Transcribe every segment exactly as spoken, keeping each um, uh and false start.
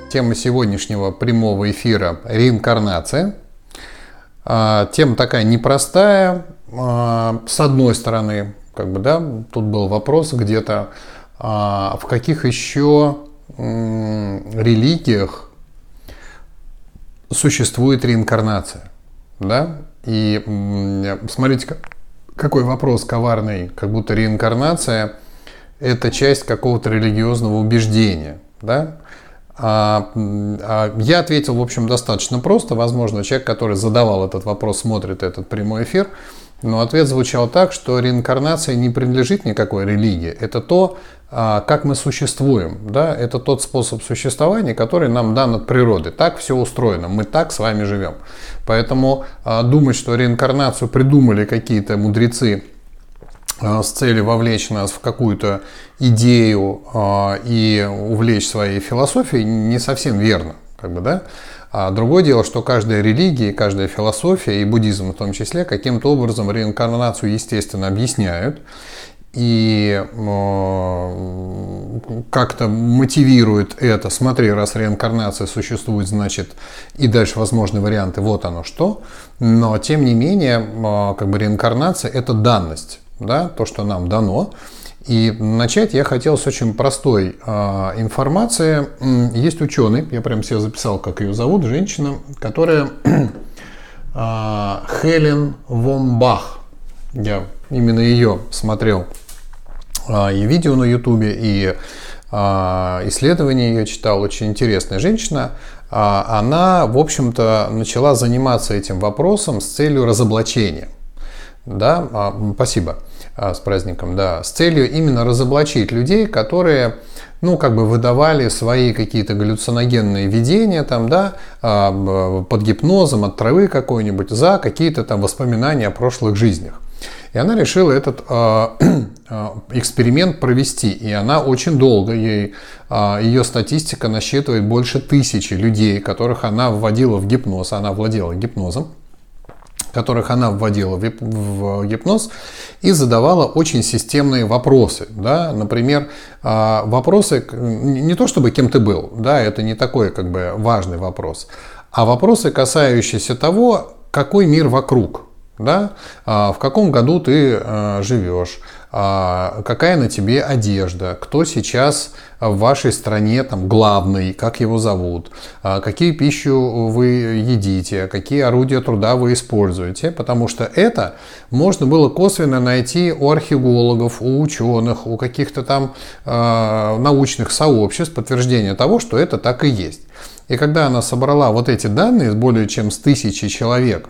Тема сегодняшнего прямого эфира – реинкарнация. Тема такая непростая. С одной стороны, как бы, да, тут был вопрос где-то, в каких еще религиях существует реинкарнация. Да? И смотрите, какой вопрос коварный, как будто реинкарнация – это часть какого-то религиозного убеждения. Да? А, а я ответил, в общем, достаточно просто. Возможно, человек, который задавал этот вопрос, смотрит этот прямой эфир. Но ответ звучал так, что реинкарнация не принадлежит никакой религии. Это то, как мы существуем. Да? Это тот способ существования, который нам дан от природы. Так все устроено. Мы так с вами живем. Поэтому думать, что реинкарнацию придумали какие-то мудрецы с целью вовлечь нас в какую-то идею и увлечь своей философией, не совсем верно. Как бы, да? А другое дело, что каждая религия, каждая философия, и буддизм в том числе, каким-то образом реинкарнацию, естественно, объясняют и э, как-то мотивируют это. Смотри, раз реинкарнация существует, значит, и дальше возможны варианты, вот оно что. Но, тем не менее, э, как бы реинкарнация – это данность, да, то, что нам дано. И начать я хотел с очень простой э, информации. Есть ученый, я прям себе записал, как ее зовут, женщина, которая э, Хелен Вомбах. Я именно ее смотрел э, и видео на ютубе, и э, исследования я читал. Очень интересная женщина. Э, она, в общем-то, начала заниматься этим вопросом с целью разоблачения. Да, э, спасибо. С праздником, да, с целью именно разоблачить людей, которые, ну, как бы выдавали свои какие-то галлюциногенные видения, там, да, под гипнозом от травы какой-нибудь за какие-то там воспоминания о прошлых жизнях. И она решила этот э, эксперимент провести, и она очень долго, ей, э, ее статистика насчитывает больше тысячи людей, которых она вводила в гипноз, она владела гипнозом, которых она вводила в гипноз и задавала очень системные вопросы. Да? Например, вопросы, не то чтобы кем ты был, да, это не такой как бы важный вопрос, а вопросы, касающиеся того, какой мир вокруг, да? В каком году ты живешь, какая на тебе одежда, кто сейчас в вашей стране там главный, как его зовут, какие пищу вы едите, какие орудия труда вы используете, потому что это можно было косвенно найти у археологов, у ученых, у каких-то там э, научных сообществ подтверждение того, что это так и есть. И когда она собрала вот эти данные, более чем с тысячи человек,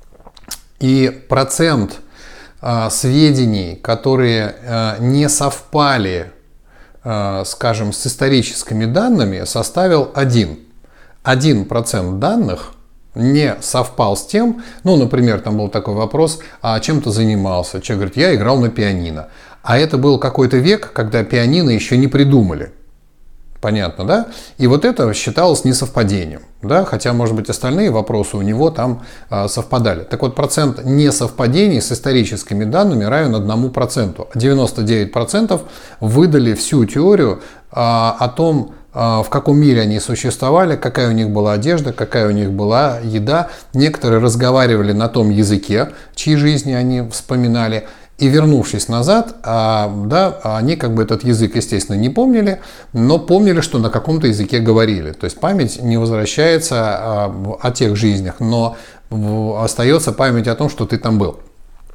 и процент э, сведений, которые э, не совпали, скажем, с историческими данными, составил один. Один процент данных не совпал с тем, ну, например, там был такой вопрос, а чем ты занимался? Человек говорит, я играл на пианино. А это был какой-то век, когда пианино еще не придумали. Понятно, да? И вот это считалось несовпадением, да? Хотя, может быть, остальные вопросы у него там а, совпадали. Так вот, процент несовпадений с историческими данными равен одному проценту. девяносто девять процентов выдали всю теорию а, о том, а, в каком мире они существовали, какая у них была одежда, какая у них была еда. Некоторые разговаривали на том языке, чьи жизни они вспоминали. И вернувшись назад, а, да, они как бы этот язык, естественно, не помнили, но помнили, что на каком-то языке говорили. То есть память не возвращается а, о тех жизнях, но остается память о том, что ты там был.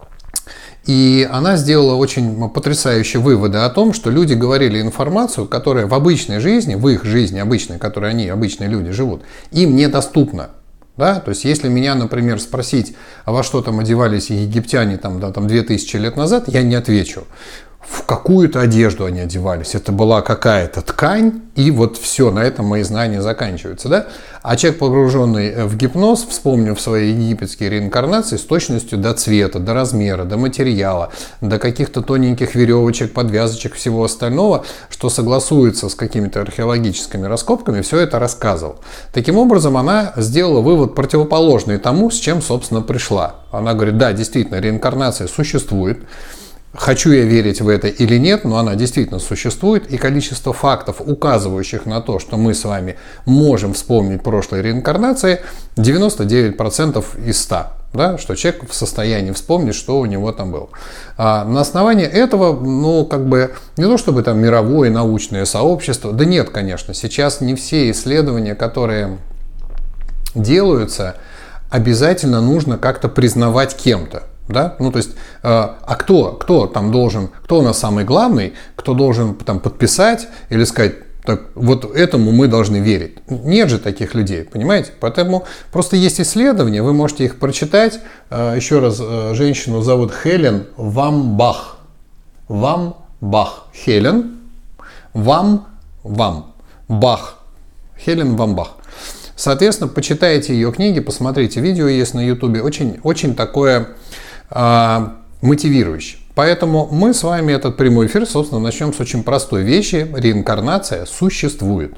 И она сделала очень потрясающие выводы о том, что люди говорили информацию, которая в обычной жизни, в их жизни обычной, в которой они, обычные люди, живут, им недоступна. Да? То есть, если меня, например, спросить, а во что там одевались египтяне там, да, там две тысячи лет назад, я не отвечу. В какую-то одежду они одевались. Это была какая-то ткань, и вот все, на этом мои знания заканчиваются. Да? А человек, погруженный в гипноз, вспомнив свои египетские реинкарнации с точностью до цвета, до размера, до материала, до каких-то тоненьких веревочек, подвязочек, всего остального, что согласуется с какими-то археологическими раскопками, все это рассказывал. Таким образом, она сделала вывод противоположный тому, с чем, собственно, пришла. Она говорит, да, действительно, реинкарнация существует. хочу я верить в это или нет, но она действительно существует, и количество фактов, указывающих на то, что мы с вами можем вспомнить прошлые реинкарнации, девяносто девять процентов из ста. Да, что человек в состоянии вспомнить, что у него там было. А на основании этого, ну, как бы, не то чтобы там мировое научное сообщество, да нет, конечно, сейчас не все исследования, которые делаются, обязательно нужно как-то признавать кем-то. Да? Ну, то есть, э, а кто, кто там должен, кто у нас самый главный, кто должен там подписать или сказать, так вот этому мы должны верить. Нет же таких людей, понимаете? Поэтому просто есть исследования, вы можете их прочитать. Еще раз, женщину зовут Хелен Вамбах. Вамбах. Хелен Вам, Вам. Бах. Хелен Вамбах. Соответственно, почитайте ее книги, посмотрите, видео есть на ютубе. Очень, очень такое а, мотивирующее. Поэтому мы с вами этот прямой эфир, собственно, начнем с очень простой вещи. Реинкарнация существует.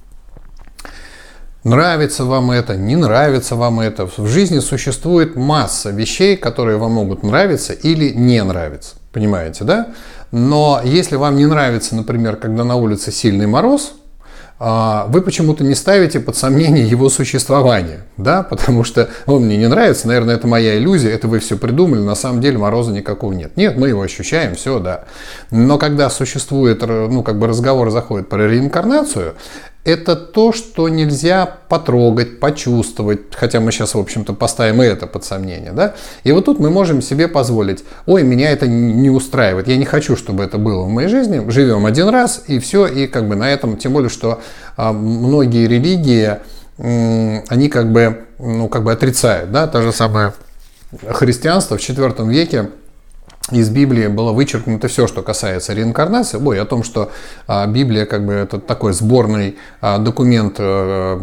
Нравится вам это, не нравится вам это. В жизни существует масса вещей, которые вам могут нравиться или не нравиться. Понимаете, да? Но если вам не нравится, например, когда на улице сильный мороз, вы почему-то не ставите под сомнение его существование, да, потому что он мне не нравится, наверное, это моя иллюзия, это вы все придумали, на самом деле мороза никакого нет. Нет, мы его ощущаем, все, да. Но когда существует, ну, как бы разговор заходит про реинкарнацию, это то, что нельзя потрогать, почувствовать, хотя мы сейчас, в общем-то, поставим и это под сомнение, да. И вот тут мы можем себе позволить, ой, меня это не устраивает, я не хочу, чтобы это было в моей жизни, живем один раз, и все, и как бы на этом, тем более, что а, многие религии, м, они как бы, ну, как бы отрицают, да, то же самое христианство в четвёртом веке. Из Библии было вычеркнуто все, что касается реинкарнации. Ой, о том, что а, Библия как бы это такой сборный а, документ а,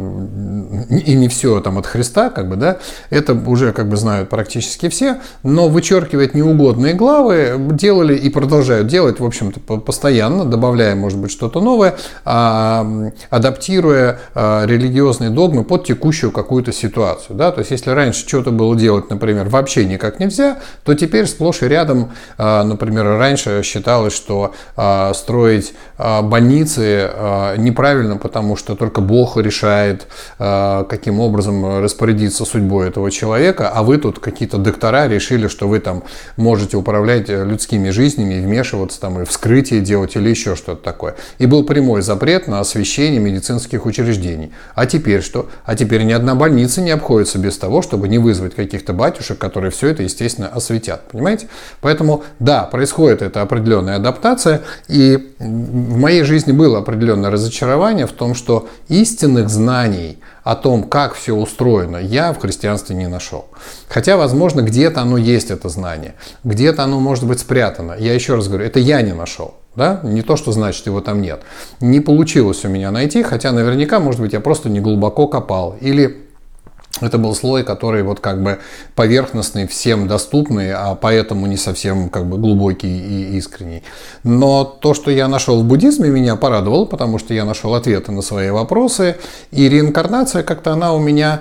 и не все там от Христа, как бы, да, это уже как бы знают практически все, но вычеркивать неугодные главы делали и продолжают делать, в общем-то, постоянно, добавляя, может быть, что-то новое, а, адаптируя а, религиозные догмы под текущую какую-то ситуацию, да, то есть если раньше что-то было делать, например, вообще никак нельзя, то теперь сплошь и рядом. Например, раньше считалось, что а, строить а, больницы а, неправильно, потому что только Бог решает, а, каким образом распорядиться судьбой этого человека, а вы тут какие-то доктора решили, что вы там можете управлять людскими жизнями, вмешиваться там и вскрытие делать или еще что-то такое. И был прямой запрет на освещение медицинских учреждений. А теперь что? А теперь ни одна больница не обходится без того, чтобы не вызвать каких-то батюшек, которые все это, естественно, осветят. Понимаете? Поэтому Поэтому, да, происходит эта определенная адаптация, и в моей жизни было определенное разочарование в том, что истинных знаний о том, как все устроено, я в христианстве не нашел. Хотя, возможно, где-то оно есть, это знание, где-то оно может быть спрятано. Я еще раз говорю, это я не нашел. Да? Не то, что значит его там нет. Не получилось у меня найти, хотя наверняка, может быть, я просто не глубоко копал. Или это был слой, который вот как бы поверхностный, всем доступный, а поэтому не совсем как бы глубокий и искренний. Но то, что я нашел в буддизме, меня порадовало, потому что я нашел ответы на свои вопросы. И реинкарнация как-то она у меня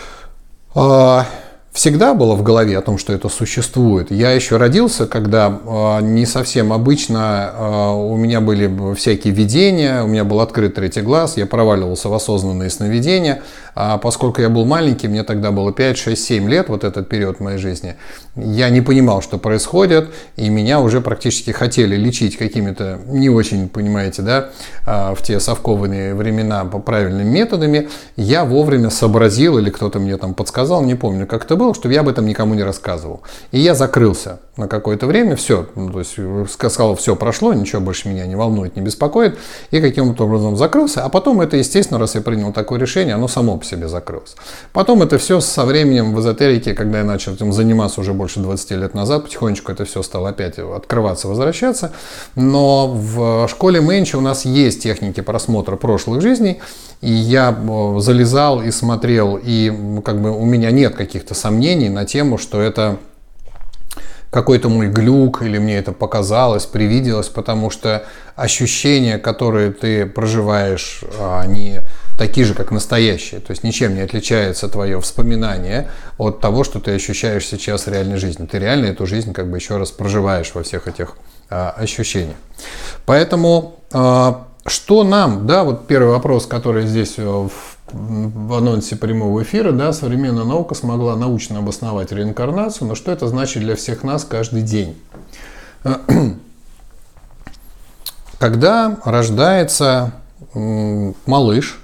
э, всегда была в голове о том, что это существует. Я еще родился, когда э, не совсем обычно э, у меня были всякие видения, у меня был открыт третий глаз, я проваливался в осознанные сновидения. А поскольку я был маленький, мне тогда было пять, шесть, семь лет, вот этот период в моей жизни, я не понимал, что происходит, и меня уже практически хотели лечить какими-то не очень, понимаете, да, в те совковые времена по правильными методами. Я вовремя сообразил, или кто-то мне там подсказал, не помню, как это было, что я об этом никому не рассказывал. И я закрылся на какое-то время, все, ну, то есть сказал, все прошло, ничего больше меня не волнует, не беспокоит, и каким-то образом закрылся. А потом это, естественно, раз я принял такое решение, оно само по себе закрылось. Потом это все со временем в эзотерике, когда я начал этим заниматься уже больше двадцати лет назад, потихонечку это все стало опять открываться, возвращаться. Но в школе Мэнчи у нас есть техники просмотра прошлых жизней, и я залезал и смотрел, и как бы у меня нет каких-то сомнений на тему, что это какой-то мой глюк, или мне это показалось, привиделось, потому что ощущения, которые ты проживаешь, они такие же, как настоящие. То есть ничем не отличается твое вспоминание от того, что ты ощущаешь сейчас в реальной жизни. Ты реально эту жизнь как бы еще раз проживаешь во всех этих а, ощущениях. Поэтому а, что нам, да, вот первый вопрос, который здесь в, в анонсе прямого эфира, да, современная наука смогла научно обосновать реинкарнацию, но что это значит для всех нас каждый день? Когда рождается малыш,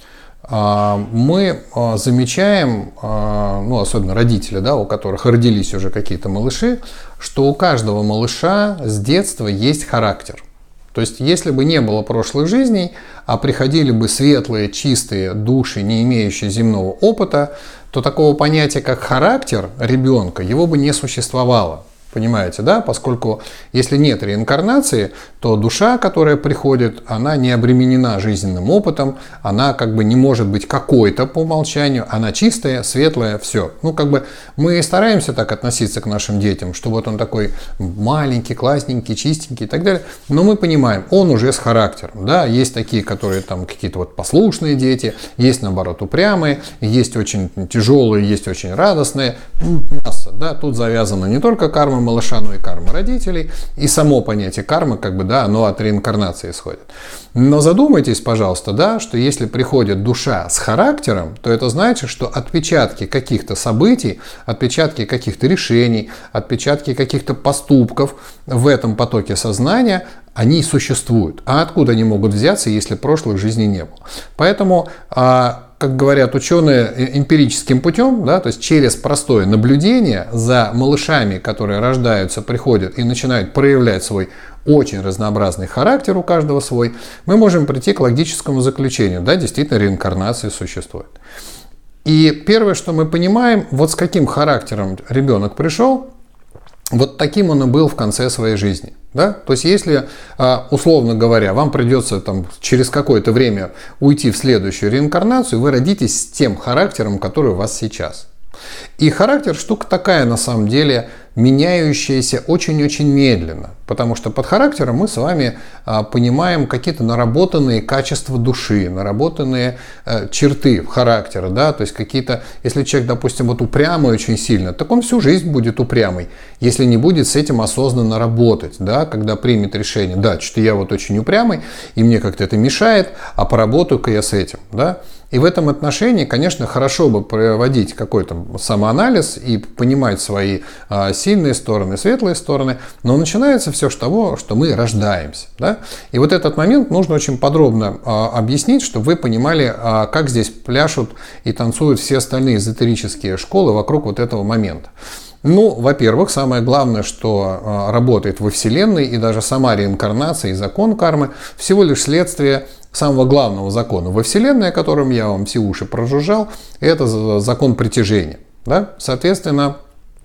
мы замечаем, ну, особенно родители, да, у которых родились уже какие-то малыши, что у каждого малыша с детства есть характер. То есть, если бы не было прошлых жизней, а приходили бы светлые, чистые души, не имеющие земного опыта, то такого понятия, как характер ребенка, его бы не существовало. Понимаете, да? Поскольку если нет реинкарнации, то душа, которая приходит, она не обременена жизненным опытом, она как бы не может быть какой-то по умолчанию, она чистая, светлая, все. Ну, как бы мы стараемся так относиться к нашим детям, что вот он такой маленький, классненький, чистенький и так далее, но мы понимаем, он уже с характером, да? Есть такие, которые там какие-то вот послушные дети, есть наоборот упрямые, есть очень тяжелые, есть очень радостные, масса, да? Тут завязана не только карма малыша, но и карма родителей, и само понятие кармы, как бы, да, оно от реинкарнации исходит. Но задумайтесь, пожалуйста, да, что если приходит душа с характером, то это значит, что отпечатки каких-то событий, отпечатки каких-то решений, отпечатки каких-то поступков в этом потоке сознания, они существуют. А откуда они могут взяться, если прошлых жизней не было? Поэтому, как говорят ученые, эмпирическим путем, да, то есть через простое наблюдение за малышами, которые рождаются, приходят и начинают проявлять свой очень разнообразный характер, у каждого свой, мы можем прийти к логическому заключению, да, действительно реинкарнация существует. И первое, что мы понимаем, вот с каким характером ребенок пришел, вот таким он и был в конце своей жизни. Да? То есть, если, условно говоря, вам придется там, через какое-то время уйти в следующую реинкарнацию, вы родитесь с тем характером, который у вас сейчас. И характер штука такая, на самом деле, меняющаяся очень-очень медленно. Потому что под характером мы с вами а, понимаем какие-то наработанные качества души, наработанные а, черты характера. Да? То есть какие-то, если человек, допустим, вот упрямый очень сильно, так он всю жизнь будет упрямый, если не будет с этим осознанно работать. Да? Когда примет решение, да, что я вот очень упрямый, и мне как-то это мешает, а поработаю-ка я с этим. Да? И в этом отношении, конечно, хорошо бы проводить какой-то самоанализ и понимать свои а, сильные стороны, светлые стороны, но начинается все с того, что мы рождаемся. Да? И вот этот момент нужно очень подробно а, объяснить, чтобы вы понимали, а, как здесь пляшут и танцуют все остальные эзотерические школы вокруг вот этого момента. Ну, во-первых, самое главное, что а, работает во Вселенной, и даже сама реинкарнация и закон кармы всего лишь следствие самого главного закона во Вселенной, о котором я вам все уши прожужжал, это закон притяжения. Да? Соответственно,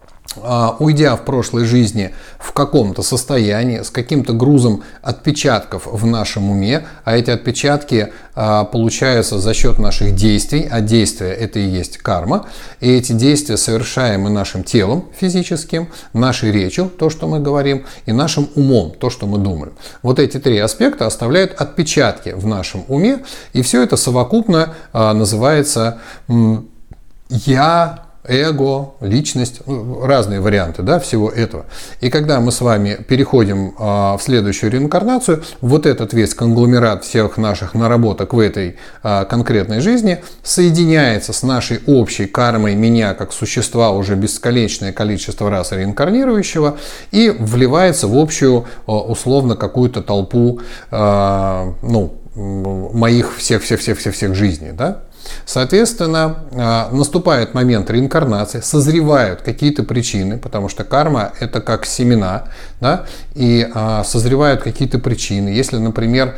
уйдя в прошлой жизни в каком-то состоянии, с каким-то грузом отпечатков в нашем уме, а эти отпечатки а, получаются за счет наших действий, а действия это и есть карма, и эти действия совершаемы нашим телом физическим, нашей речью, то, что мы говорим, и нашим умом, то, что мы думаем. Вот эти три аспекта оставляют отпечатки в нашем уме, и все это совокупно а, называется м, «я», эго, личность, разные варианты, да, всего этого. И когда мы с вами переходим а, в следующую реинкарнацию, вот этот весь конгломерат всех наших наработок в этой а, конкретной жизни соединяется с нашей общей кармой меня как существа уже бесконечное количество раз реинкарнирующего и вливается в общую, условно, какую-то толпу а, ну, моих всех-всех-всех-всех жизней, да. Соответственно, наступает момент реинкарнации, созревают какие-то причины, потому что карма – это как семена, да, и созревают какие-то причины. Если, например,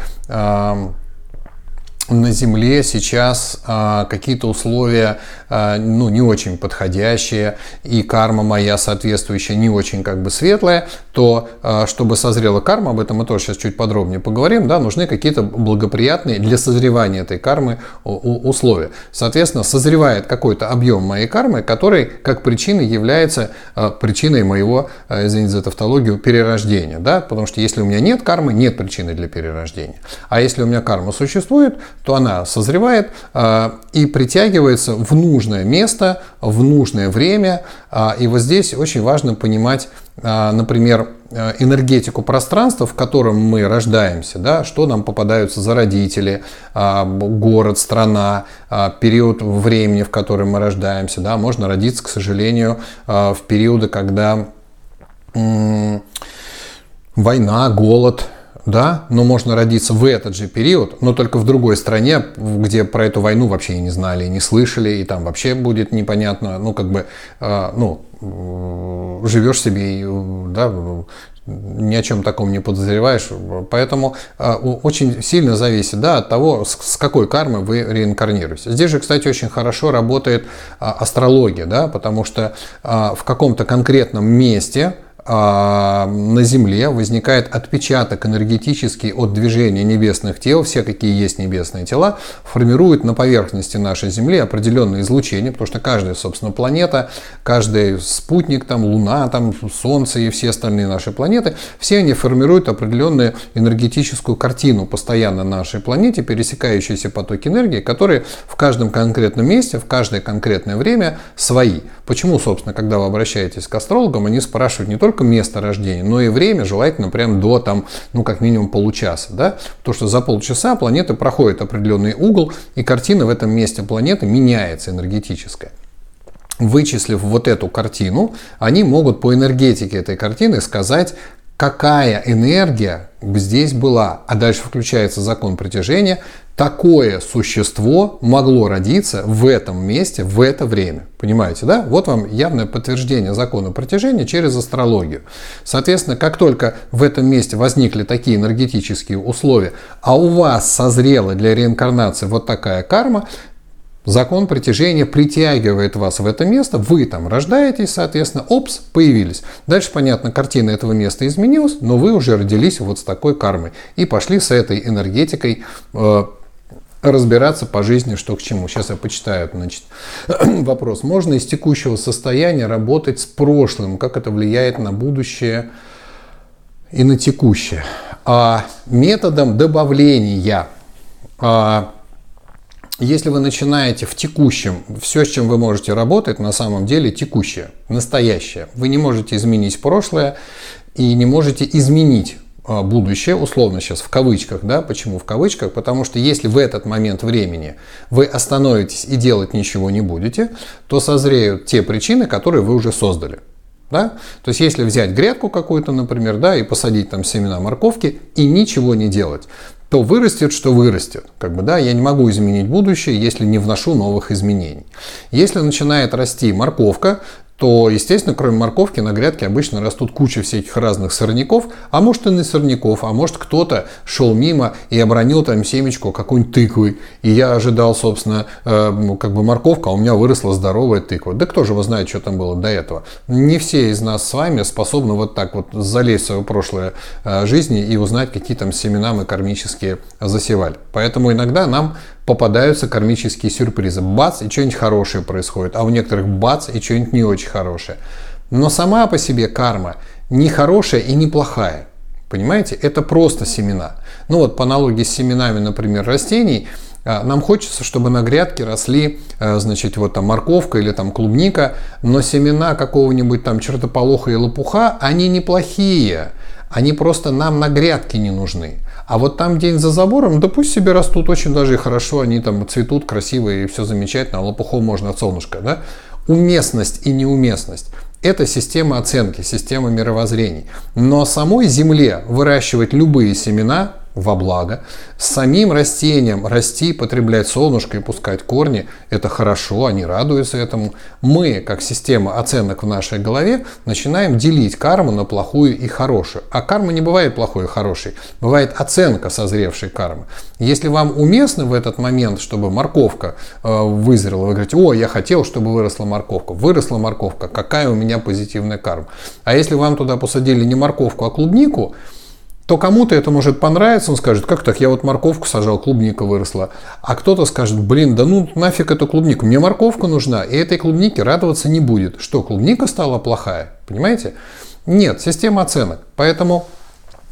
на Земле сейчас а, какие-то условия а, ну, не очень подходящие, и карма моя соответствующая не очень как бы светлая, то а, чтобы созрела карма, об этом мы тоже сейчас чуть подробнее поговорим, да, нужны какие-то благоприятные для созревания этой кармы условия. Соответственно, созревает какой-то объем моей кармы, который как причина является а, причиной моего, а, извините за тавтологию, перерождения. Да? Потому что если у меня нет кармы, нет причины для перерождения. А если у меня карма существует, то она созревает и притягивается в нужное место, в нужное время. И вот здесь очень важно понимать, например, энергетику пространства, в котором мы рождаемся, да, что нам попадаются за родители, город, страна, период времени, в котором мы рождаемся. Да. Можно родиться, к сожалению, в периоды, когда война, голод, да, но можно родиться в этот же период, но только в другой стране, где про эту войну вообще и не знали, и не слышали, и там вообще будет непонятно, ну, как бы, э, ну, живешь себе, и, да, ни о чем таком не подозреваешь, поэтому э, очень сильно зависит, да, от того, с, с какой кармой вы реинкарнируетесь. Здесь же, кстати, очень хорошо работает э, астрология, да, потому что э, в каком-то конкретном месте на Земле возникает отпечаток энергетический от движения небесных тел, все какие есть небесные тела, формируют на поверхности нашей Земли определенные излучения, потому что каждая, собственно, планета, каждый спутник, там, Луна, там, Солнце и все остальные наши планеты, все они формируют определенную энергетическую картину постоянно на нашей планете, пересекающиеся потоки энергии, которые в каждом конкретном месте, в каждое конкретное время свои. Почему, собственно, когда вы обращаетесь к астрологам, они спрашивают не только место рождения, но и время, желательно прям до, там, ну, как минимум получаса, да? Потому что за полчаса планета проходит определенный угол, и картина в этом месте планеты меняется энергетическая. Вычислив вот эту картину, они могут по энергетике этой картины сказать, какая энергия здесь была. А дальше включается закон притяжения. Такое существо могло родиться в этом месте, в это время. Понимаете, да? Вот вам явное подтверждение закона притяжения через астрологию. Соответственно, как только в этом месте возникли такие энергетические условия, а у вас созрела для реинкарнации вот такая карма, закон притяжения притягивает вас в это место, вы там рождаетесь, соответственно, опс, появились. Дальше, понятно, картина этого места изменилась, но вы уже родились вот с такой кармой и пошли с этой энергетикой э, разбираться по жизни, что к чему. Сейчас я почитаю, значит, вопрос. Можно из текущего состояния работать с прошлым? Как это влияет на будущее и на текущее? А, методом добавления. А, Если вы начинаете в текущем, все, с чем вы можете работать, на самом деле текущее, настоящее. Вы не можете изменить прошлое и не можете изменить будущее, условно сейчас в кавычках, да, почему в кавычках? Потому что если в этот момент времени вы остановитесь и делать ничего не будете, то созреют те причины, которые вы уже создали. Да? То есть, если взять грядку какую-то, например, да, и посадить там семена морковки и ничего не делать, то вырастет, что вырастет. Как бы, да, я не могу изменить будущее, если не вношу новых изменений. Если начинает расти морковка, то, естественно, кроме морковки на грядке обычно растут куча всяких разных сорняков, а может и не сорняков, а может кто-то шел мимо и обронил там семечку какой-нибудь тыквы, и я ожидал, собственно, э, как бы морковка, а у меня выросла здоровая тыква. Да кто же его знает, что там было до этого? Не все из нас с вами способны вот так вот залезть в свое прошлое э, жизни и узнать, какие там семена мы кармические засевали. Поэтому иногда нам попадаются кармические сюрпризы. Бац, и что-нибудь хорошее происходит. А у некоторых бац, и что-нибудь не очень хорошее. Но сама по себе карма не хорошая и не плохая. Понимаете? Это просто семена. Ну вот по аналогии с семенами, например, растений, нам хочется, чтобы на грядке росли, значит, вот там морковка или там клубника, но семена какого-нибудь там чертополоха и лопуха, они неплохие. Они просто нам на грядке не нужны. А вот там где-нибудь за забором, да пусть себе растут очень даже и хорошо, они там цветут красиво и все замечательно, а лопухом можно от солнышка, да? Уместность и неуместность – это система оценки, система мировоззрений. Но самой земле выращивать любые семена во благо, с самим растением расти, потреблять солнышко и пускать корни – это хорошо, они радуются этому. Мы, как система оценок в нашей голове, начинаем делить карму на плохую и хорошую. А карма не бывает плохой и хорошей, бывает оценка созревшей кармы. Если вам уместно в этот момент, чтобы морковка э, вызрела, вы говорите: о, я хотел, чтобы выросла морковка. Выросла морковка, какая у меня позитивная карма. А если вам туда посадили не морковку, а клубнику, то кому-то это может понравиться, он скажет: как так, я вот морковку сажал, клубника выросла. А кто-то скажет: блин, да ну нафиг эту клубнику, мне морковка нужна, и этой клубнике радоваться не будет. Что, клубника стала плохая? Понимаете? Нет, система оценок. Поэтому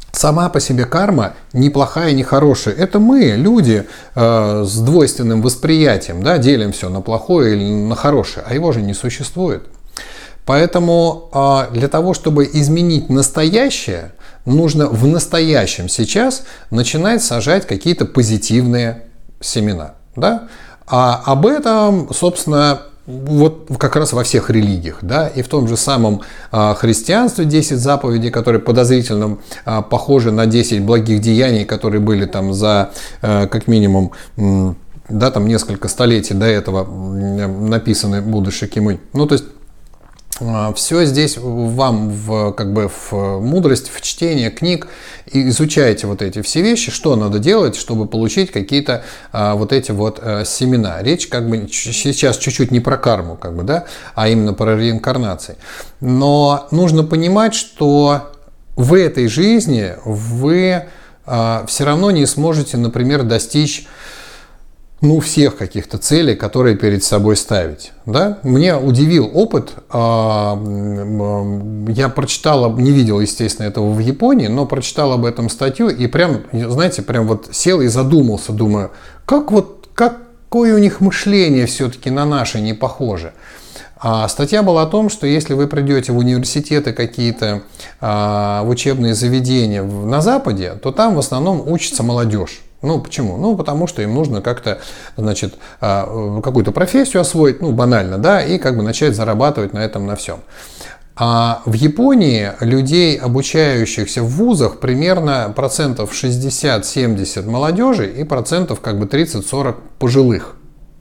сама по себе карма не плохая, не хорошая. Это мы, люди э, с двойственным восприятием, да, делим все на плохое или на хорошее, а его же не существует. Поэтому э, для того, чтобы изменить настоящее, нужно в настоящем сейчас начинать сажать какие-то позитивные семена. Да? А об этом, собственно, вот как раз во всех религиях, да, и в том же самом а, христианстве десять заповедей, которые подозрительно а, похожи на десять благих деяний, которые были там за а, как минимум м, да, там несколько столетий до этого м, написаны Буддой Шакьямунь. Ну, то есть все здесь вам в, как бы в мудрость, в чтение книг, и изучаете вот эти все вещи, что надо делать, чтобы получить какие-то а, вот эти вот а, семена. Речь как бы сейчас чуть-чуть не про карму, как бы, да, а именно про реинкарнации. Но нужно понимать, что в этой жизни вы а, все равно не сможете, например, достичь ну, всех каких-то целей, которые перед собой ставить. Да? Меня удивил опыт. Я прочитал, не видел, естественно, этого в Японии, но прочитал об этом статью и прям, знаете, прям вот сел и задумался, думаю, как вот, какое у них мышление все-таки на наше не похоже. А статья была о том, что если вы придете в университеты какие-то, в учебные заведения на Западе, то там в основном учится молодежь. Ну, почему? Ну, потому что им нужно как-то, значит, какую-то профессию освоить, ну, банально, да, и как бы начать зарабатывать на этом, на всем. А в Японии людей, обучающихся в вузах, примерно процентов шестьдесят-семьдесят молодежи и процентов как бы тридцать-сорок пожилых.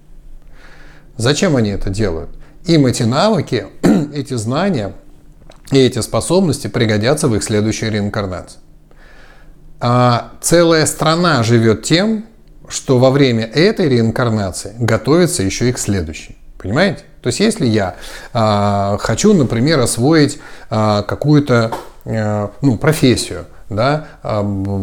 Зачем они это делают? Им эти навыки, эти знания и эти способности пригодятся в их следующей реинкарнации. А целая страна живет тем, что во время этой реинкарнации готовится еще и к следующей. Понимаете? То есть, если я а, хочу, например, освоить а, какую-то а, ну, профессию, да, а,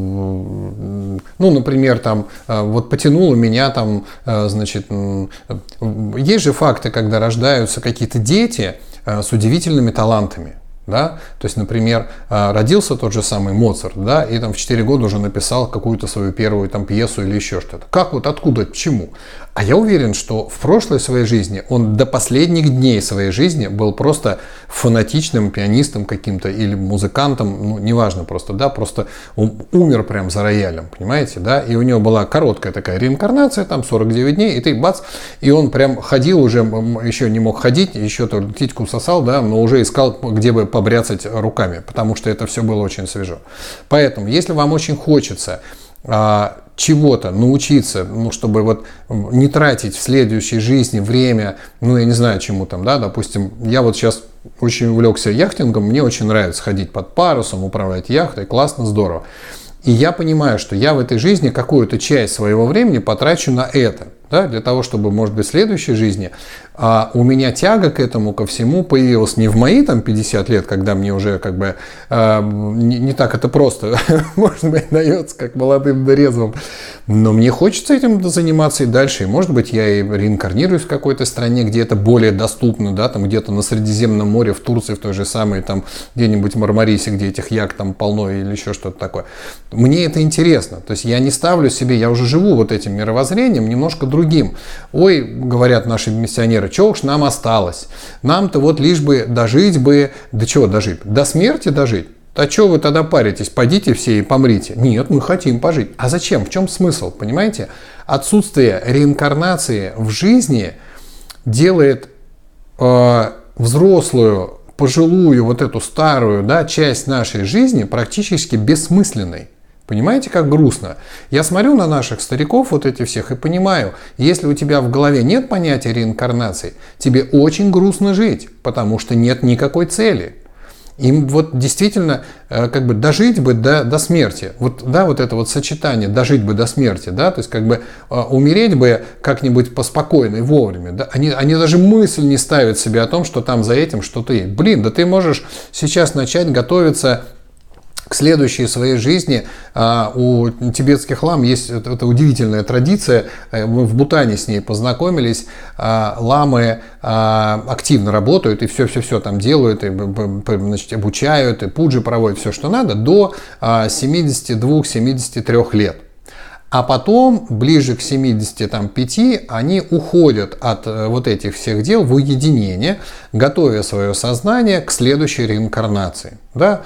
ну, например, там, а, вот потянуло меня там, а, значит, есть же факты, когда рождаются какие-то дети а, с удивительными талантами. Да? То есть, например, родился тот же самый Моцарт, да, и там в четыре года уже написал какую-то свою первую там пьесу или еще что-то. Как вот, откуда, почему? А я уверен, что в прошлой своей жизни он до последних дней своей жизни был просто фанатичным пианистом каким-то или музыкантом, ну, неважно просто, да, просто он умер прям за роялем, понимаете, да, и у него была короткая такая реинкарнация, там сорок девять дней, и ты бац, и он прям ходил уже, еще не мог ходить, еще то птичку сосал, да, но уже искал, где бы побряцать руками, потому что это все было очень свежо. Поэтому, если вам очень хочется а, чего-то научиться, ну, чтобы вот не тратить в следующей жизни время, ну, я не знаю, чему там, да, допустим, я вот сейчас очень увлекся яхтингом, мне очень нравится ходить под парусом, управлять яхтой, классно, здорово. И я понимаю, что я в этой жизни какую-то часть своего времени потрачу на это, да, для того, чтобы, может быть, в следующей жизни а, у меня тяга к этому, ко всему появилась не в мои там пятьдесят лет, когда мне уже как бы а, не, не так это просто, может быть, дается, как молодым да резвым, но мне хочется этим заниматься и дальше, и, может быть, я и реинкарнируюсь в какой-то стране, где это более доступно, да, там где-то на Средиземном море, в Турции, в той же самой, там где-нибудь в Мармарисе, где этих яхт там полно или еще что-то такое. Мне это интересно, то есть я не ставлю себе, я уже живу вот этим мировоззрением немножко другим. Ой, говорят наши миссионеры, что уж нам осталось, нам-то вот лишь бы дожить бы, до чего дожить, до смерти дожить. А что вы тогда паритесь, пойдите все и помрите? Нет, мы хотим пожить. А зачем? В чем смысл? Понимаете? Отсутствие реинкарнации в жизни делает э, взрослую, пожилую, вот эту старую, да, часть нашей жизни практически бессмысленной. Понимаете, как грустно? Я смотрю на наших стариков, вот этих всех, и понимаю, если у тебя в голове нет понятия реинкарнации, тебе очень грустно жить, потому что нет никакой цели. Им вот действительно как бы дожить бы до, до смерти. Вот, да, вот это вот сочетание дожить бы до смерти, да, то есть как бы умереть бы как-нибудь поспокойно и вовремя. Да? Они, они даже мысль не ставят себе о том, что там за этим что-то есть. Блин, да ты можешь сейчас начать готовиться к к следующей своей жизни. У тибетских лам есть это удивительная традиция. Мы в Бутане с ней познакомились. Ламы активно работают и все-все-все там делают, и, значит, обучают, и пуджи проводят, все, что надо, до семидесяти двух — семидесяти трёх лет. А потом, ближе к семидесяти пяти, они уходят от вот этих всех дел в уединение, готовя свое сознание к следующей реинкарнации. Да?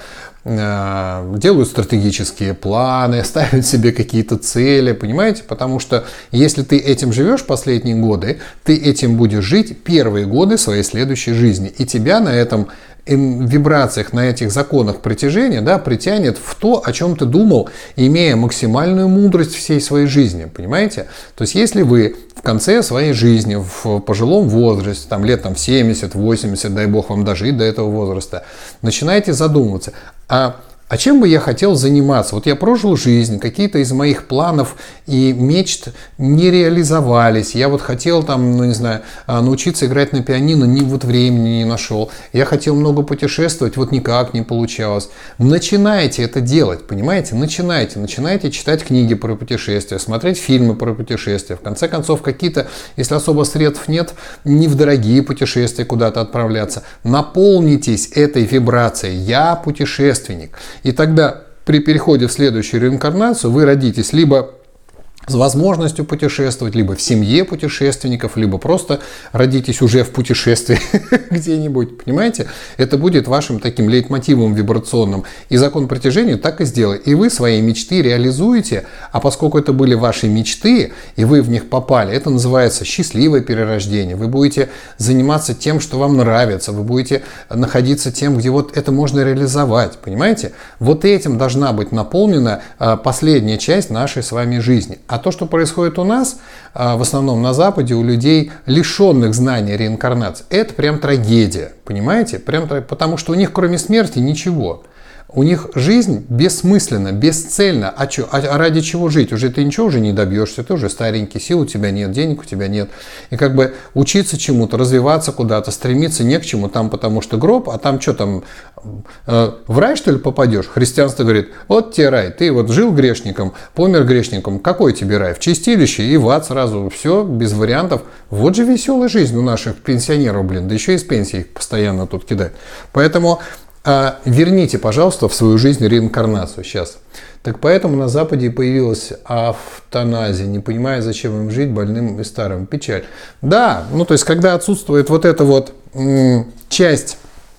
Делают стратегические планы, ставят себе какие-то цели, понимаете? Потому что если ты этим живешь последние годы, ты этим будешь жить первые годы своей следующей жизни. И тебя на этом вибрациях, на этих законах притяжения, да, притянет в то, о чем ты думал, имея максимальную мудрость всей своей жизни, понимаете? То есть, если вы в конце своей жизни, в пожилом возрасте, там, лет там, семьдесят — восемьдесят, дай бог вам дожить до этого возраста, начинаете задумываться, а А чем бы я хотел заниматься? Вот я прожил жизнь, какие-то из моих планов и мечт не реализовались. Я вот хотел там, ну не знаю, научиться играть на пианино, ни вот времени не нашел. Я хотел много путешествовать, вот никак не получалось. Начинайте это делать, понимаете? Начинайте, начинайте читать книги про путешествия, смотреть фильмы про путешествия. В конце концов, какие-то, если особо средств нет, не в дорогие путешествия куда-то отправляться. Наполнитесь этой вибрацией «Я путешественник». И тогда при переходе в следующую реинкарнацию вы родитесь либо с возможностью путешествовать, либо в семье путешественников, либо просто родитесь уже в путешествии где-нибудь, понимаете? Это будет вашим таким лейтмотивом вибрационным. И закон притяжения так и сделает. И вы свои мечты реализуете, а поскольку это были ваши мечты, и вы в них попали, это называется счастливое перерождение. Вы будете заниматься тем, что вам нравится, вы будете находиться тем, где вот это можно реализовать, понимаете? Вот этим должна быть наполнена последняя часть нашей с вами жизни. А то, что происходит у нас, в основном на Западе, у людей, лишенных знаний реинкарнации, это прям трагедия, понимаете? Прям, потому что у них кроме смерти ничего. У них жизнь бессмысленна, бесцельна. А, чё, а ради чего жить? Уже ты ничего уже не добьешься, ты уже старенький, сил у тебя нет, денег у тебя нет. И как бы учиться чему-то, развиваться куда-то, стремиться не к чему, там потому что гроб, а там что там, э, в рай что ли попадешь? Христианство говорит, вот тебе рай, ты вот жил грешником, помер грешником, какой тебе рай? В чистилище и в ад сразу, все, без вариантов. Вот же веселая жизнь у наших пенсионеров, блин, да еще из пенсии их постоянно тут кидают. Поэтому верните, пожалуйста, в свою жизнь реинкарнацию сейчас. Так поэтому на Западе появилась эвтаназия, не понимая, зачем им жить больным и старым. Печаль. Да, ну то есть, когда отсутствует вот эта вот м, часть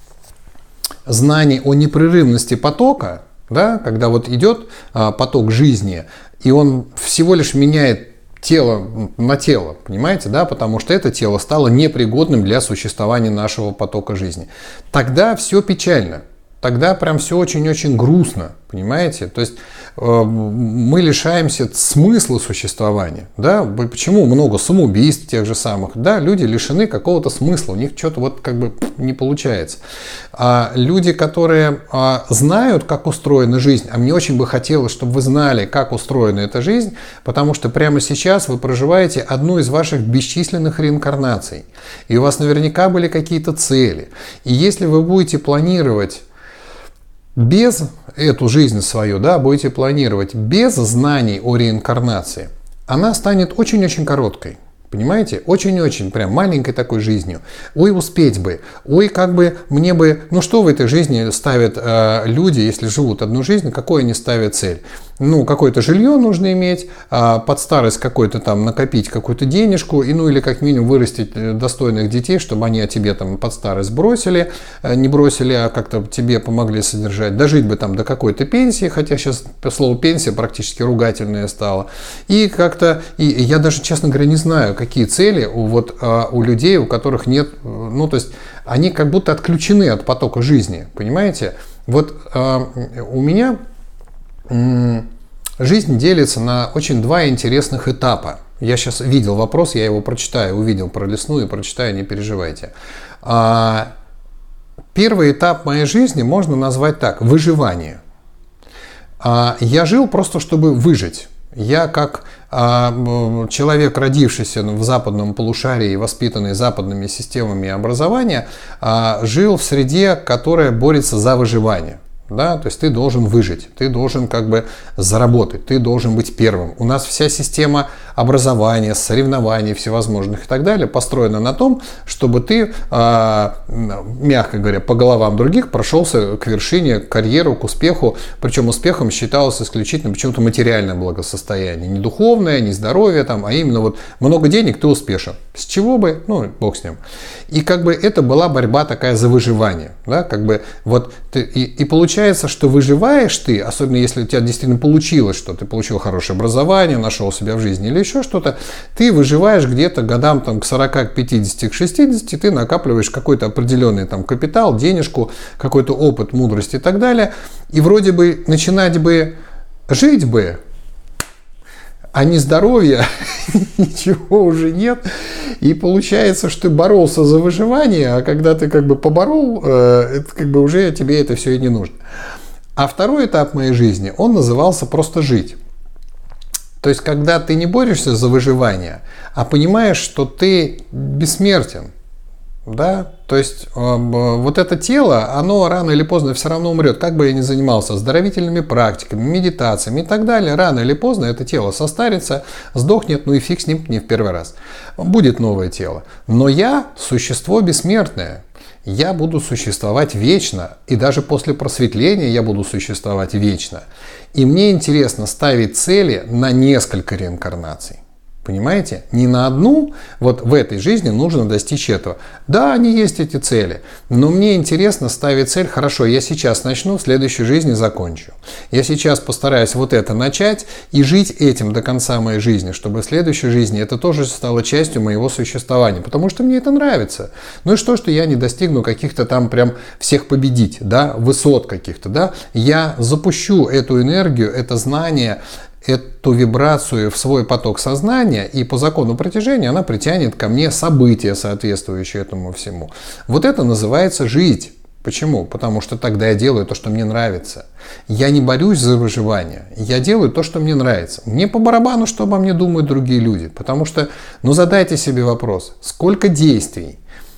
знаний о непрерывности потока, да, когда вот идет а, поток жизни, и он всего лишь меняет тело на тело, понимаете, да, потому что это тело стало непригодным для существования нашего потока жизни. Тогда все печально, тогда прям все очень-очень грустно, понимаете, то есть э, мы лишаемся смысла существования, да, почему много самоубийств тех же самых, да, люди лишены какого-то смысла, у них что-то вот как бы не получается. А люди, которые а, знают, как устроена жизнь, а мне очень бы хотелось, чтобы вы знали, как устроена эта жизнь, потому что прямо сейчас вы проживаете одну из ваших бесчисленных реинкарнаций, и у вас наверняка были какие-то цели, и если вы будете планировать без эту жизнь свою, да, будете планировать без знаний о реинкарнации, она станет очень-очень короткой. Понимаете? Очень-очень прям маленькой такой жизнью. Ой, успеть бы. Ой, как бы мне бы... Ну, что в этой жизни ставят э, люди, если живут одну жизнь, какой они ставят цель? Ну, какое-то жилье нужно иметь, э, под старость какой-то там накопить какую-то денежку, и, ну, или как минимум вырастить достойных детей, чтобы они о тебе там под старость бросили, э, не бросили, а как-то тебе помогли содержать. Дожить бы там до какой-то пенсии, хотя сейчас слово пенсия практически ругательное стало. И как-то... И, и я даже, честно говоря, не знаю, какие цели у, вот, у людей, у которых нет, ну, то есть они как будто отключены от потока жизни, понимаете? Вот у меня жизнь делится на очень два интересных этапа. Я сейчас видел вопрос, я его прочитаю, увидел, пролистну и прочитаю, не переживайте. Первый этап моей жизни можно назвать так: выживание. Я жил просто, чтобы выжить. Я как а, человек, родившийся в западном полушарии и воспитанный западными системами образования, а, жил в среде, которая борется за выживание. Да, то есть ты должен выжить, ты должен как бы заработать, ты должен быть первым. У нас вся система образования, соревнований всевозможных и так далее построена на том, чтобы ты, э, мягко говоря, по головам других прошелся к вершине, к карьеру, к успеху. Причем успехом считалось исключительно почему-то материальное благосостояние. Не духовное, не здоровье, там, а именно вот много денег, ты успешен. С чего бы? Ну, бог с ним. И как бы это была борьба такая за выживание. Да? Как бы вот ты, и, и получается, Получается, что выживаешь ты, особенно если у тебя действительно получилось, что ты получил хорошее образование, нашел себя в жизни или еще что-то, ты выживаешь где-то годам там, к сорока, к пятидесяти, к шестидесяти, ты накапливаешь какой-то определенный там, капитал, денежку, какой-то опыт, мудрость и так далее. И вроде бы начинать бы жить бы, а не здоровья, ничего уже нет. И получается, что ты боролся за выживание, а когда ты как бы поборол, это как бы уже тебе это все и не нужно. А второй этап моей жизни, он назывался просто жить. То есть, когда ты не борешься за выживание, а понимаешь, что ты бессмертен. Да? То есть э, вот это тело, оно рано или поздно все равно умрет. Как бы я ни занимался оздоровительными практиками, медитациями и так далее, рано или поздно это тело состарится, сдохнет, ну и фиг с ним, не в первый раз. Будет новое тело. Но я существо бессмертное. Я буду существовать вечно. И даже после просветления я буду существовать вечно. И мне интересно ставить цели на несколько реинкарнаций. Понимаете? Не на одну, вот в этой жизни нужно достичь этого. Да, они есть эти цели, но мне интересно ставить цель, хорошо, я сейчас начну, в следующей жизни закончу. Я сейчас постараюсь вот это начать и жить этим до конца моей жизни, чтобы в следующей жизни это тоже стало частью моего существования, потому что мне это нравится. Ну и что, что я не достигну каких-то там прям всех победить, да, высот каких-то, да, я запущу эту энергию, это знание, эту вибрацию в свой поток сознания, и по закону притяжения она притянет ко мне события, соответствующие этому всему. Вот это называется жить. Почему? Потому что тогда я делаю то, что мне нравится. Я не борюсь за выживание. Я делаю то, что мне нравится. Мне по барабану, что обо мне думают другие люди. Потому что, ну задайте себе вопрос, сколько действий,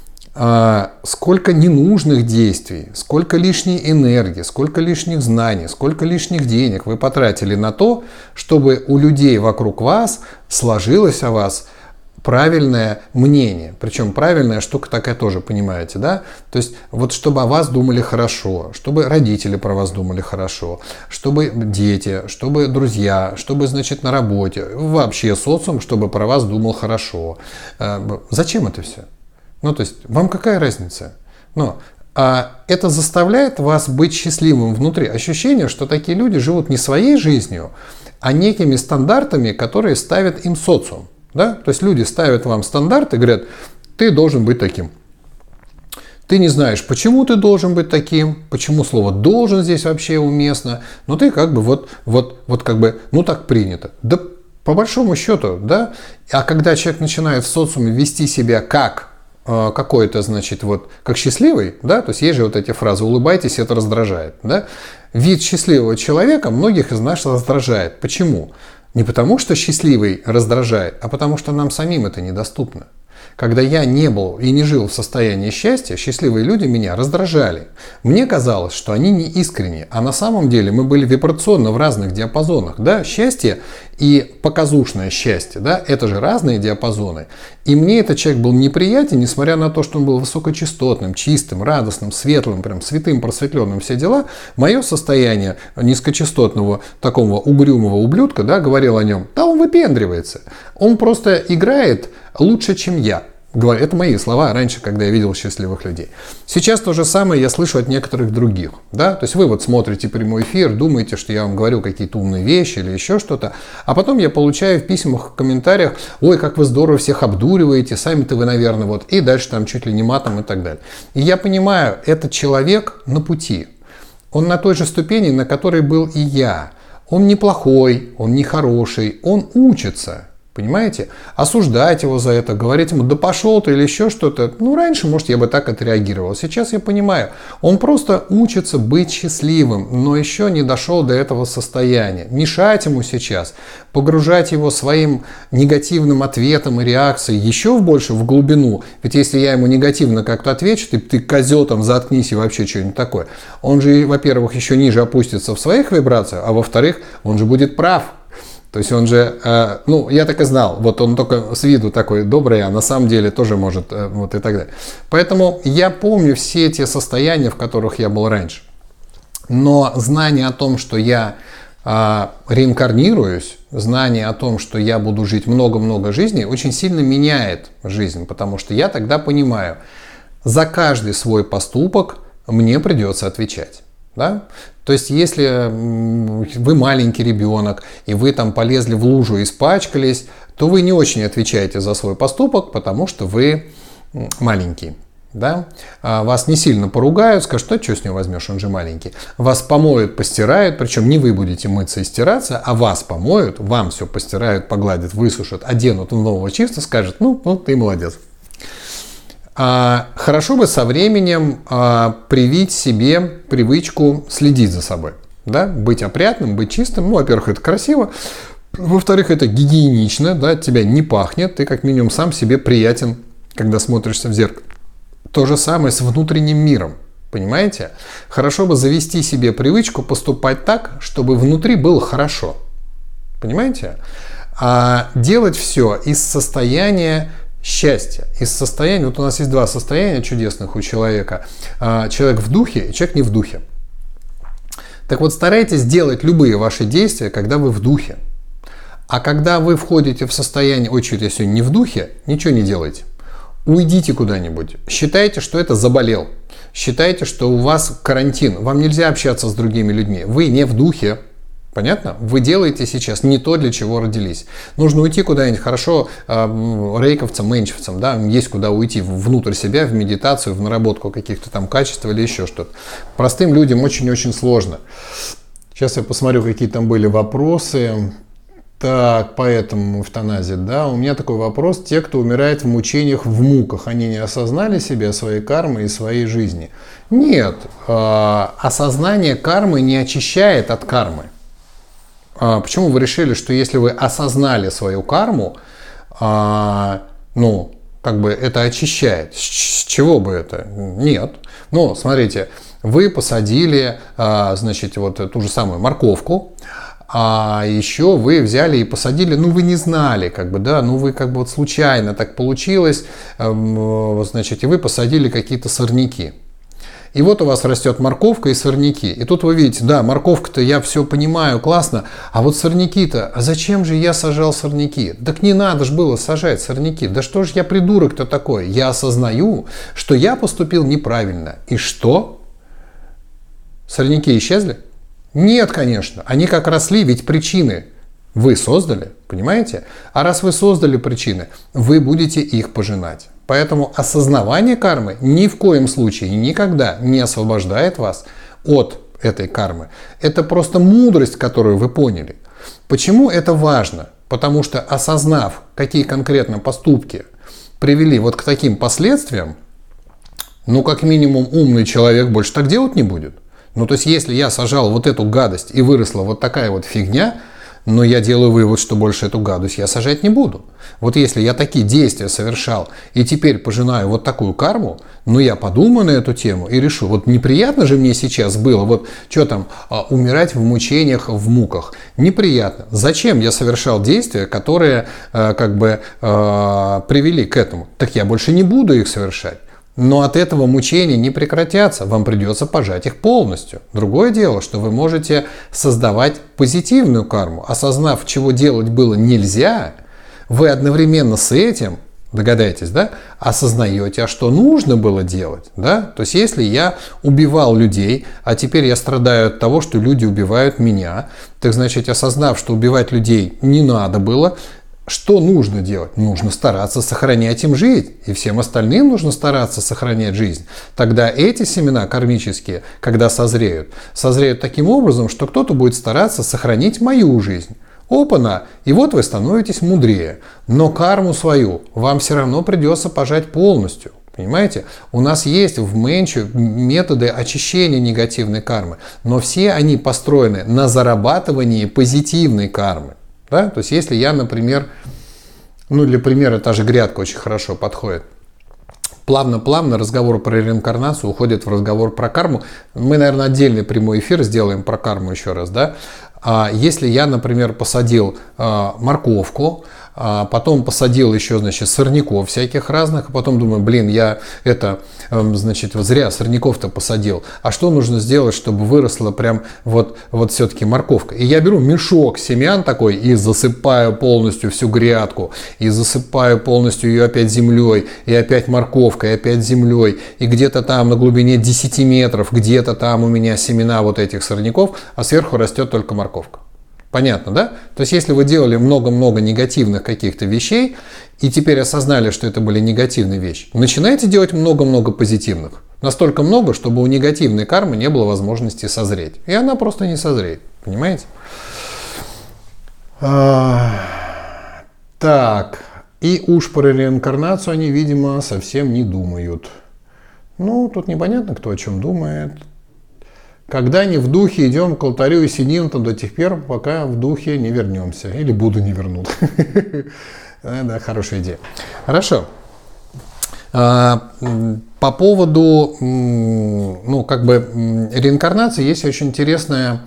сколько ненужных действий, сколько лишней энергии, сколько лишних знаний, сколько лишних денег вы потратили на то, чтобы у людей вокруг вас сложилось о вас правильное мнение. Причем правильная штука такая тоже, понимаете, да? То есть вот чтобы о вас думали хорошо, чтобы родители про вас думали хорошо, чтобы дети, чтобы друзья, чтобы, значит, на работе, вообще социум, чтобы про вас думал хорошо. Зачем это все? Ну, то есть, вам какая разница? Ну, а это заставляет вас быть счастливым внутри. Ощущение, что такие люди живут не своей жизнью, а некими стандартами, которые ставит им социум. Да? То есть, люди ставят вам стандарты и говорят, ты должен быть таким. Ты не знаешь, почему ты должен быть таким, почему слово «должен» здесь вообще уместно, но ты как бы вот, вот, вот как бы, ну так принято. Да по большому счету, да. А когда человек начинает в социуме вести себя как какой-то, значит, вот, как счастливый, да, то есть есть же вот эти фразы «улыбайтесь, это раздражает», да. Вид счастливого человека многих из нас раздражает. Почему? Не потому, что счастливый раздражает, а потому, что нам самим это недоступно. Когда я не был и не жил в состоянии счастья, счастливые люди меня раздражали. Мне казалось, что они не искренни, а на самом деле мы были вибрационно в разных диапазонах. Да? Счастье и показушное счастье, да? Это же разные диапазоны. И мне этот человек был неприятен, несмотря на то, что он был высокочастотным, чистым, радостным, светлым, прям святым, просветленным, все дела. Мое состояние низкочастотного, такого угрюмого ублюдка, да, говорил о нем, да он выпендривается. Он просто играет лучше, чем я. Это мои слова раньше, когда я видел счастливых людей. Сейчас то же самое я слышу от некоторых других. Да? То есть вы вот смотрите прямой эфир, думаете, что я вам говорю какие-то умные вещи или еще что-то, а потом я получаю в письмах, в комментариях, ой, как вы здорово всех обдуриваете, сами-то вы, наверное, вот, и дальше там чуть ли не матом и так далее. И я понимаю, этот человек на пути. Он на той же ступени, на которой был и я. Он не плохой, он не хороший, он учится. Понимаете? Осуждать его за это, говорить ему, да пошел ты или еще что-то. Ну, раньше, может, я бы так отреагировал. Сейчас я понимаю, он просто учится быть счастливым, но еще не дошел до этого состояния. Мешать ему сейчас, погружать его своим негативным ответом и реакцией еще больше в глубину. Ведь если я ему негативно как-то отвечу, ты, ты козел, там, заткнись и вообще что-нибудь такое. Он же, во-первых, еще ниже опустится в своих вибрациях, а во-вторых, он же будет прав. То есть он же, э, ну, я так и знал, вот он только с виду такой добрый, а на самом деле тоже может, э, вот и так далее. Поэтому я помню все те состояния, в которых я был раньше. Но знание о том, что я э, реинкарнируюсь, знание о том, что я буду жить много-много жизней, очень сильно меняет жизнь, потому что я тогда понимаю, за каждый свой поступок мне придется отвечать. Да? То есть, если вы маленький ребенок, и вы там полезли в лужу и испачкались, то вы не очень отвечаете за свой поступок, потому что вы маленький. Да? Вас не сильно поругают, скажут, что, что с него возьмешь, он же маленький. Вас помоют, постирают, причем не вы будете мыться и стираться, а вас помоют, вам все постирают, погладят, высушат, оденут в нового чисто, скажут, ну, ну ты молодец. А, хорошо бы со временем а, привить себе привычку следить за собой. Да? Быть опрятным, быть чистым. Ну, во-первых, это красиво. Во-вторых, это гигиенично. Да? От тебя не пахнет. Ты как минимум сам себе приятен, когда смотришься в зеркало. То же самое с внутренним миром. Понимаете? Хорошо бы завести себе привычку поступать так, чтобы внутри было хорошо. Понимаете? А делать все из состояния счастье. Из состояния, вот у нас есть два состояния чудесных у человека. Человек в духе и человек не в духе. Так вот, старайтесь делать любые ваши действия, когда вы в духе. А когда вы входите в состояние, ой, что-то я сегодня не в духе, ничего не делайте. Уйдите куда-нибудь. Считайте, что это заболел. Считайте, что у вас карантин. Вам нельзя общаться с другими людьми. Вы не в духе. Понятно? Вы делаете сейчас не то, для чего родились. Нужно уйти куда-нибудь хорошо э, рейковцам, менчевцам, да, есть куда уйти внутрь себя, в медитацию, в наработку каких-то там качеств или еще что-то. Простым людям очень-очень сложно. Сейчас я посмотрю, какие там были вопросы. Так, поэтому эвтаназия, да, у меня такой вопрос. Те, кто умирает в мучениях, в муках, они не осознали себя, своей кармы и своей жизни? Нет, э, осознание кармы не очищает от кармы. Почему вы решили, что если вы осознали свою карму, а, ну, как бы это очищает? С чего бы это? Нет. Ну, смотрите, вы посадили, а, значит, вот ту же самую морковку, а еще вы взяли и посадили, ну, вы не знали, как бы, да, ну, вы как бы вот случайно так получилось, а, значит, и вы посадили какие-то сорняки. И вот у вас растет морковка и сорняки. И тут вы видите, да, морковка-то я все понимаю, классно, а вот сорняки-то, а зачем же я сажал сорняки? Так не надо же было сажать сорняки. Да что ж я придурок-то такой? Я осознаю, что я поступил неправильно. И что? Сорняки исчезли? Нет, конечно. Они как росли, ведь причины вы создали, понимаете? А раз вы создали причины, вы будете их пожинать. Поэтому осознавание кармы ни в коем случае и никогда не освобождает вас от этой кармы. Это просто мудрость, которую вы поняли. Почему это важно? Потому что, осознав, какие конкретно поступки привели вот к таким последствиям, ну, как минимум, умный человек больше так делать не будет. Ну, то есть, если я сажал вот эту гадость и выросла вот такая вот фигня, но я делаю вывод, что больше эту гадость я сажать не буду. Вот если я такие действия совершал и теперь пожинаю вот такую карму, ну я подумаю на эту тему и решу, вот неприятно же мне сейчас было, вот что там, умирать в мучениях, в муках. Неприятно. Зачем я совершал действия, которые как бы привели к этому? Так я больше не буду их совершать. Но от этого мучения не прекратятся, вам придется пожать их полностью. Другое дело, что вы можете создавать позитивную карму. Осознав, чего делать было нельзя, вы одновременно с этим, догадайтесь, да, осознаете, а что нужно было делать. Да? То есть, если я убивал людей, а теперь я страдаю от того, что люди убивают меня, так значит, осознав, что убивать людей не надо было, что нужно делать? Нужно стараться сохранять им жизнь. И всем остальным нужно стараться сохранять жизнь. Тогда эти семена кармические, когда созреют, созреют таким образом, что кто-то будет стараться сохранить мою жизнь. Опана, и вот вы становитесь мудрее. Но карму свою вам все равно придется пожать полностью. Понимаете? У нас есть в Менчу методы очищения негативной кармы, но все они построены на зарабатывании позитивной кармы. Да? То есть, если я, например, ну для примера, та же грядка очень хорошо подходит. Плавно-плавно разговор про реинкарнацию уходит в разговор про карму. Мы, наверное, отдельный прямой эфир сделаем про карму еще раз. Да? А если я, например, посадил а, морковку, а потом посадил еще, значит, сорняков всяких разных, а потом думаю, блин, я это, значит, зря сорняков-то посадил. А что нужно сделать, чтобы выросла прям вот, вот все-таки морковка? И я беру мешок семян такой и засыпаю полностью всю грядку, и засыпаю полностью ее опять землей, и опять морковкой, и опять землей, и где-то там на глубине десяти метров, где-то там у меня семена вот этих сорняков, а сверху растет только морковка. Понятно, да? То есть, если вы делали много-много негативных каких-то вещей, и теперь осознали, что это были негативные вещи, начинайте делать много-много позитивных. Настолько много, чтобы у негативной кармы не было возможности созреть. И она просто не созреет. Понимаете? А, так. И уж про реинкарнацию они, видимо, совсем не думают. Ну, тут непонятно, кто о чем думает. Когда не в духе, идем к алтарю и сидим там до тех пор, пока в духе не вернемся. Или Будду не вернут. Да, хорошая идея. Хорошо. По поводу, ну, как бы, реинкарнации есть очень интересная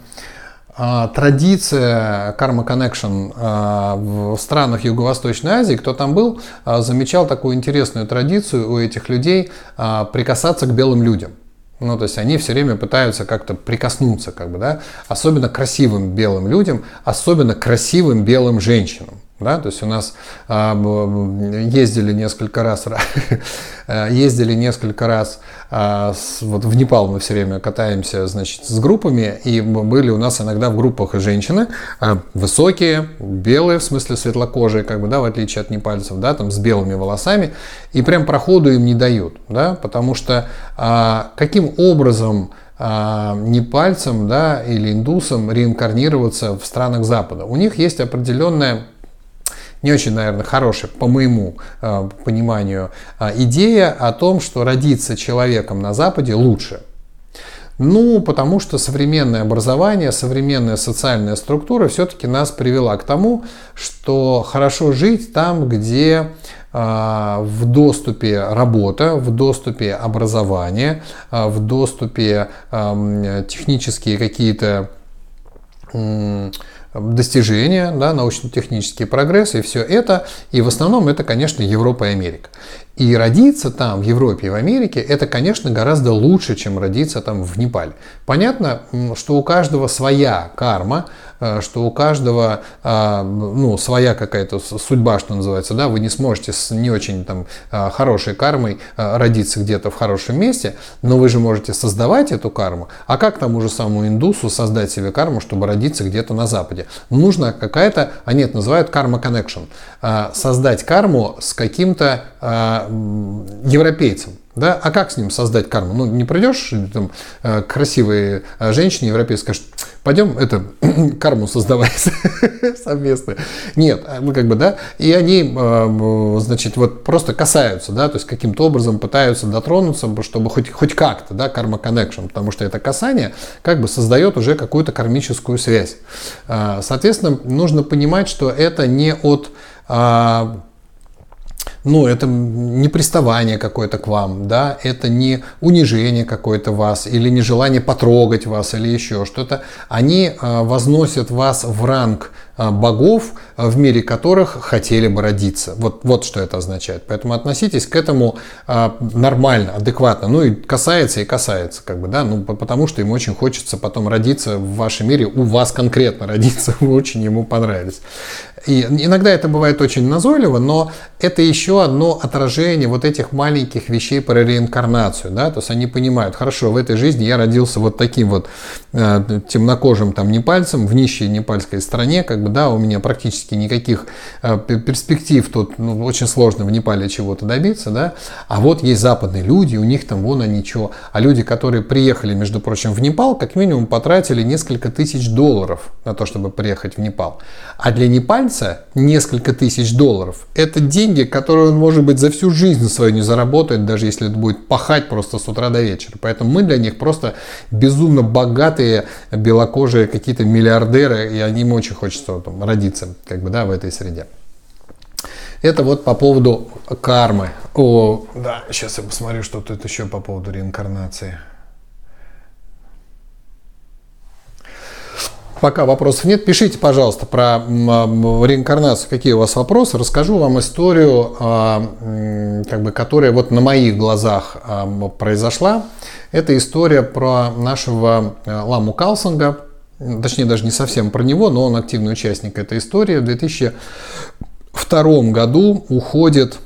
традиция Karma Connection в странах Юго-Восточной Азии. Кто там был, замечал такую интересную традицию у этих людей прикасаться к белым людям. Ну, то есть они все время пытаются как-то прикоснуться, как бы, да, особенно красивым белым людям, особенно красивым белым женщинам. Да? То есть у нас э, ездили несколько раз, ездили несколько раз э, с, вот в Непал мы все время катаемся, значит, с группами, и были у нас иногда в группах женщины э, высокие, белые, в смысле светлокожие, как бы, да, в отличие от непальцев, да, там с белыми волосами, и прям проходу им не дают, да, потому что э, каким образом непальцам, да, или индусам реинкарнироваться в странах Запада? У них есть определенная, не очень, наверное, хорошая, по моему э, пониманию, э, идея о том, что родиться человеком на Западе лучше. Ну, потому что современное образование, современная социальная структура все-таки нас привела к тому, что хорошо жить там, где э, в доступе работа, в доступе образование, э, в доступе э, технические какие-то э, достижения, да, научно-технический прогресс и все это. И в основном это, конечно, Европа и Америка. И родиться там, в Европе и в Америке, это, конечно, гораздо лучше, чем родиться там в Непале. Понятно, что у каждого своя карма, что у каждого, ну, своя какая-то судьба, что называется, да, вы не сможете с не очень там хорошей кармой родиться где-то в хорошем месте, но вы же можете создавать эту карму. А как тому же самому индусу создать себе карму, чтобы родиться где-то на Западе? Нужна какая-то, они это называют Karma Connection, создать карму с каким-то европейцем. Да? А как с ним создать карму? Ну, не придешь там, к красивой женщине европейской, скажешь, пойдем это, карму создавать совместно. Нет, ну как бы, да, и они, значит, вот просто касаются, да, то есть каким-то образом пытаются дотронуться, чтобы хоть, хоть как-то, да, Karma Connection, потому что это касание как бы создает уже какую-то кармическую связь. Соответственно, нужно понимать, что это не от... Ну, это не приставание какое-то к вам, да, это не унижение какое-то вас, или не желание потрогать вас, или еще что-то. Они э, возносят вас в ранг э, богов, э, в мире которых хотели бы родиться. Вот, вот что это означает. Поэтому относитесь к этому э, нормально, адекватно. Ну, и касается, и касается, как бы, да, ну, потому что ему очень хочется потом родиться в вашем мире, у вас конкретно родиться, вы очень ему понравились. И иногда это бывает очень назойливо, но это еще одно отражение вот этих маленьких вещей про реинкарнацию, да, то есть они понимают, хорошо, в этой жизни я родился вот таким вот э, темнокожим там непальцем в нищей непальской стране, как бы, бы, да, у меня практически никаких э, перспектив тут, ну, очень сложно в Непале чего-то добиться, да, а вот есть западные люди, у них там вон они что, а люди, которые приехали, между прочим, в Непал, как минимум потратили несколько тысяч долларов на то, чтобы приехать в Непал, а для непальца несколько тысяч долларов – это деньги, которые он, может быть, за всю жизнь свою не заработает, даже если это будет пахать просто с утра до вечера, поэтому мы для них просто безумно богатые, белокожие какие-то миллиардеры, и им очень хочется там родиться, как бы, да, в этой среде. Это вот по поводу кармы. О, да, сейчас я посмотрю, что тут еще по поводу реинкарнации. Пока вопросов нет, пишите, пожалуйста, про реинкарнацию, какие у вас вопросы. Расскажу вам историю, как бы, которая вот на моих глазах произошла. Это история про нашего ламу Калсанга. Точнее, даже не совсем про него, но он активный участник этой истории. В две тысячи втором году уходит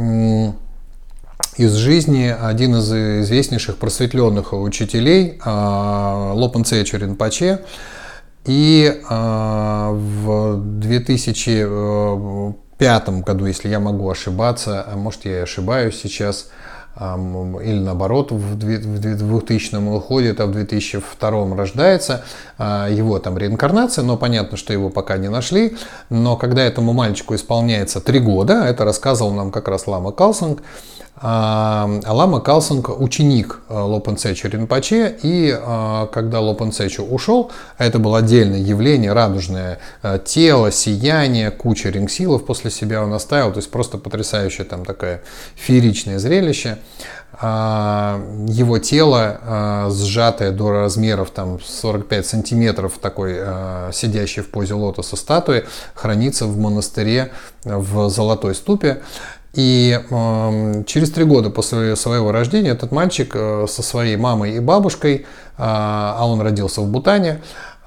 из жизни один из известнейших просветленных учителей, Лопен Цечо Ринпоче. И в две тысячи пятом году, если я могу ошибаться, а может я и ошибаюсь сейчас, или наоборот, в двухтысячном уходит, а в две тысячи втором рождается, его там реинкарнация, но понятно, что его пока не нашли. Но когда этому мальчику исполняется три года, это рассказывал нам как раз лама Калсанг, лама Калсанг ученик Лопен Цечо Ринпоче, и когда Лопен Цечо ушел, это было отдельное явление, радужное тело, сияние, куча рингсилов после себя он оставил, то есть просто потрясающее там такое фееричное зрелище. Его тело, сжатое до размеров там сорок пять сантиметров, такой сидящий в позе лотоса статуи, хранится в монастыре в Золотой Ступе. И э, через три года после своего рождения этот мальчик э, со своей мамой и бабушкой, э, а он родился в Бутане,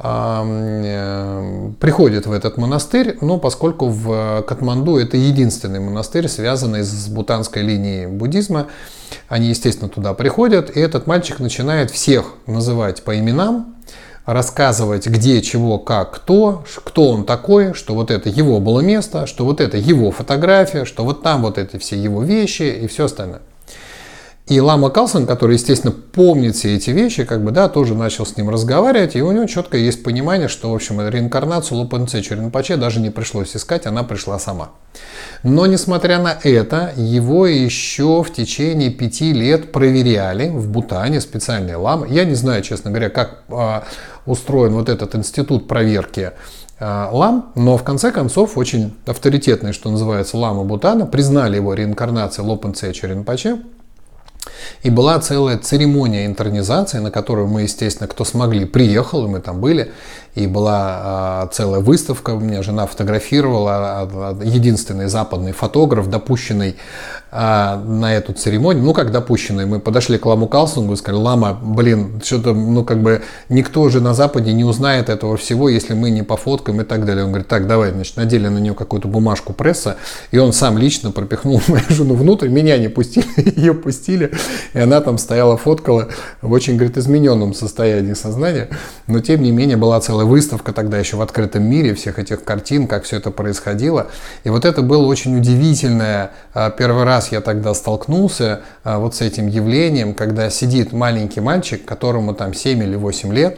э, приходит в этот монастырь, но поскольку в Катманду это единственный монастырь, связанный с бутанской линией буддизма, они, естественно, туда приходят, и этот мальчик начинает всех называть по именам, рассказывать, где, чего, как, кто, кто он такой, что вот это его было место, что вот это его фотография, что вот там вот это все его вещи и все остальное. И лама Калсанг, который, естественно, помнит все эти вещи, как бы, да, тоже начал с ним разговаривать, и у него четко есть понимание, что, в общем, реинкарнацию Лопен Цечо Ринпоче даже не пришлось искать, она пришла сама. Но, несмотря на это, его еще в течение пяти лет проверяли в Бутане, специальные ламы. Я не знаю, честно говоря, как а, устроен вот этот институт проверки а, лам, но в конце концов очень авторитетный, что называется, лама Бутана, признали его реинкарнацией Лопен Цечо Ринпоче. И была целая церемония интронизации, на которую мы, естественно, кто смогли, приехал, и мы там были. И была э, целая выставка, у меня жена фотографировала, э, единственный западный фотограф, допущенный э, на эту церемонию. Ну, как допущенный, мы подошли к ламу Калсангу и сказали: лама, блин, что-то, ну, как бы, никто же на Западе не узнает этого всего, если мы не пофоткаем и так далее. Он говорит: так, давай, значит, надели на нее какую-то бумажку пресса, и он сам лично пропихнул мою жену внутрь, меня не пустили, ее пустили, и она там стояла, фоткала в очень, говорит, измененном состоянии сознания, но, тем не менее, была целая выставка тогда еще в открытом мире всех этих картин, как все это происходило. И вот это было очень удивительное. Первый раз я тогда столкнулся вот с этим явлением, когда сидит маленький мальчик, которому там семь или восемь лет,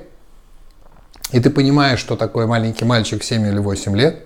и ты понимаешь, что такое маленький мальчик семь или восемь лет,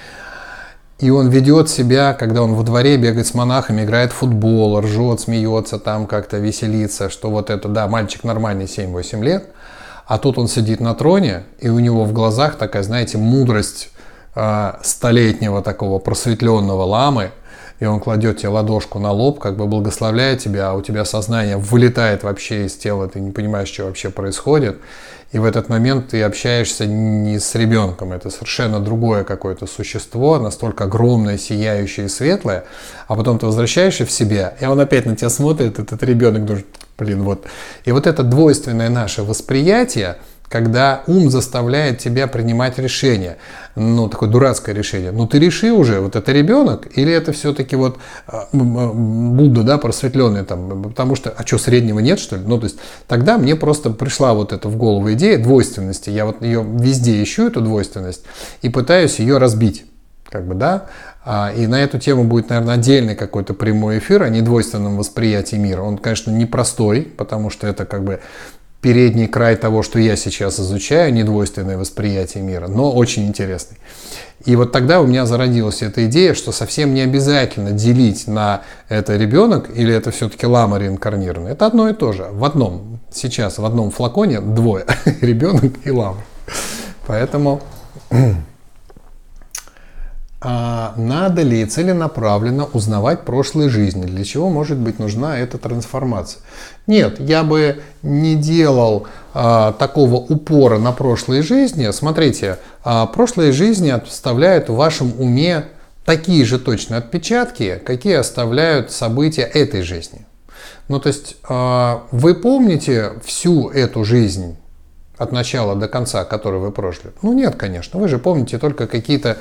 и он ведет себя, когда он во дворе бегает с монахами, играет в футбол, ржет, смеется, там как-то веселится, что вот это, да, мальчик нормальный семь-восемь лет. А тут он сидит на троне, и у него в глазах такая, знаете, мудрость э, столетнего такого просветленного ламы, и он кладет тебе ладошку на лоб, как бы благословляет тебя, а у тебя сознание вылетает вообще из тела, ты не понимаешь, что вообще происходит. И в этот момент ты общаешься не с ребенком, это совершенно другое какое-то существо, настолько огромное, сияющее и светлое, а потом ты возвращаешься в себя, и он опять на тебя смотрит, этот ребенок думает: блин, вот. И вот это двойственное наше восприятие, когда ум заставляет тебя принимать решение. Ну, такое дурацкое решение. Ну, ты реши уже, вот это ребенок или это все-таки вот Будда, да, просветленный там, потому что, а что, среднего нет, что ли? Ну, то есть, тогда мне просто пришла вот эта в голову идея двойственности. Я вот ее везде ищу, эту двойственность, и пытаюсь ее разбить, как бы, да. И на эту тему будет, наверное, отдельный какой-то прямой эфир о недвойственном восприятии мира. Он, конечно, непростой, потому что это как бы передний край того, что я сейчас изучаю, недвойственное восприятие мира, но очень интересный. И вот тогда у меня зародилась эта идея, что совсем не обязательно делить на это ребенок или это все-таки лама реинкарнированная. Это одно и то же. В одном, сейчас в одном флаконе двое, ребенок и лама. Поэтому... А надо ли целенаправленно узнавать прошлые жизни? Для чего может быть нужна эта трансформация? Нет, я бы не делал а, такого упора на прошлые жизни. Смотрите, а, прошлые жизни оставляют в вашем уме такие же точно отпечатки, какие оставляют события этой жизни. Ну, то есть а, вы помните всю эту жизнь от начала до конца, которую вы прожили? Ну, нет, конечно. Вы же помните только какие-то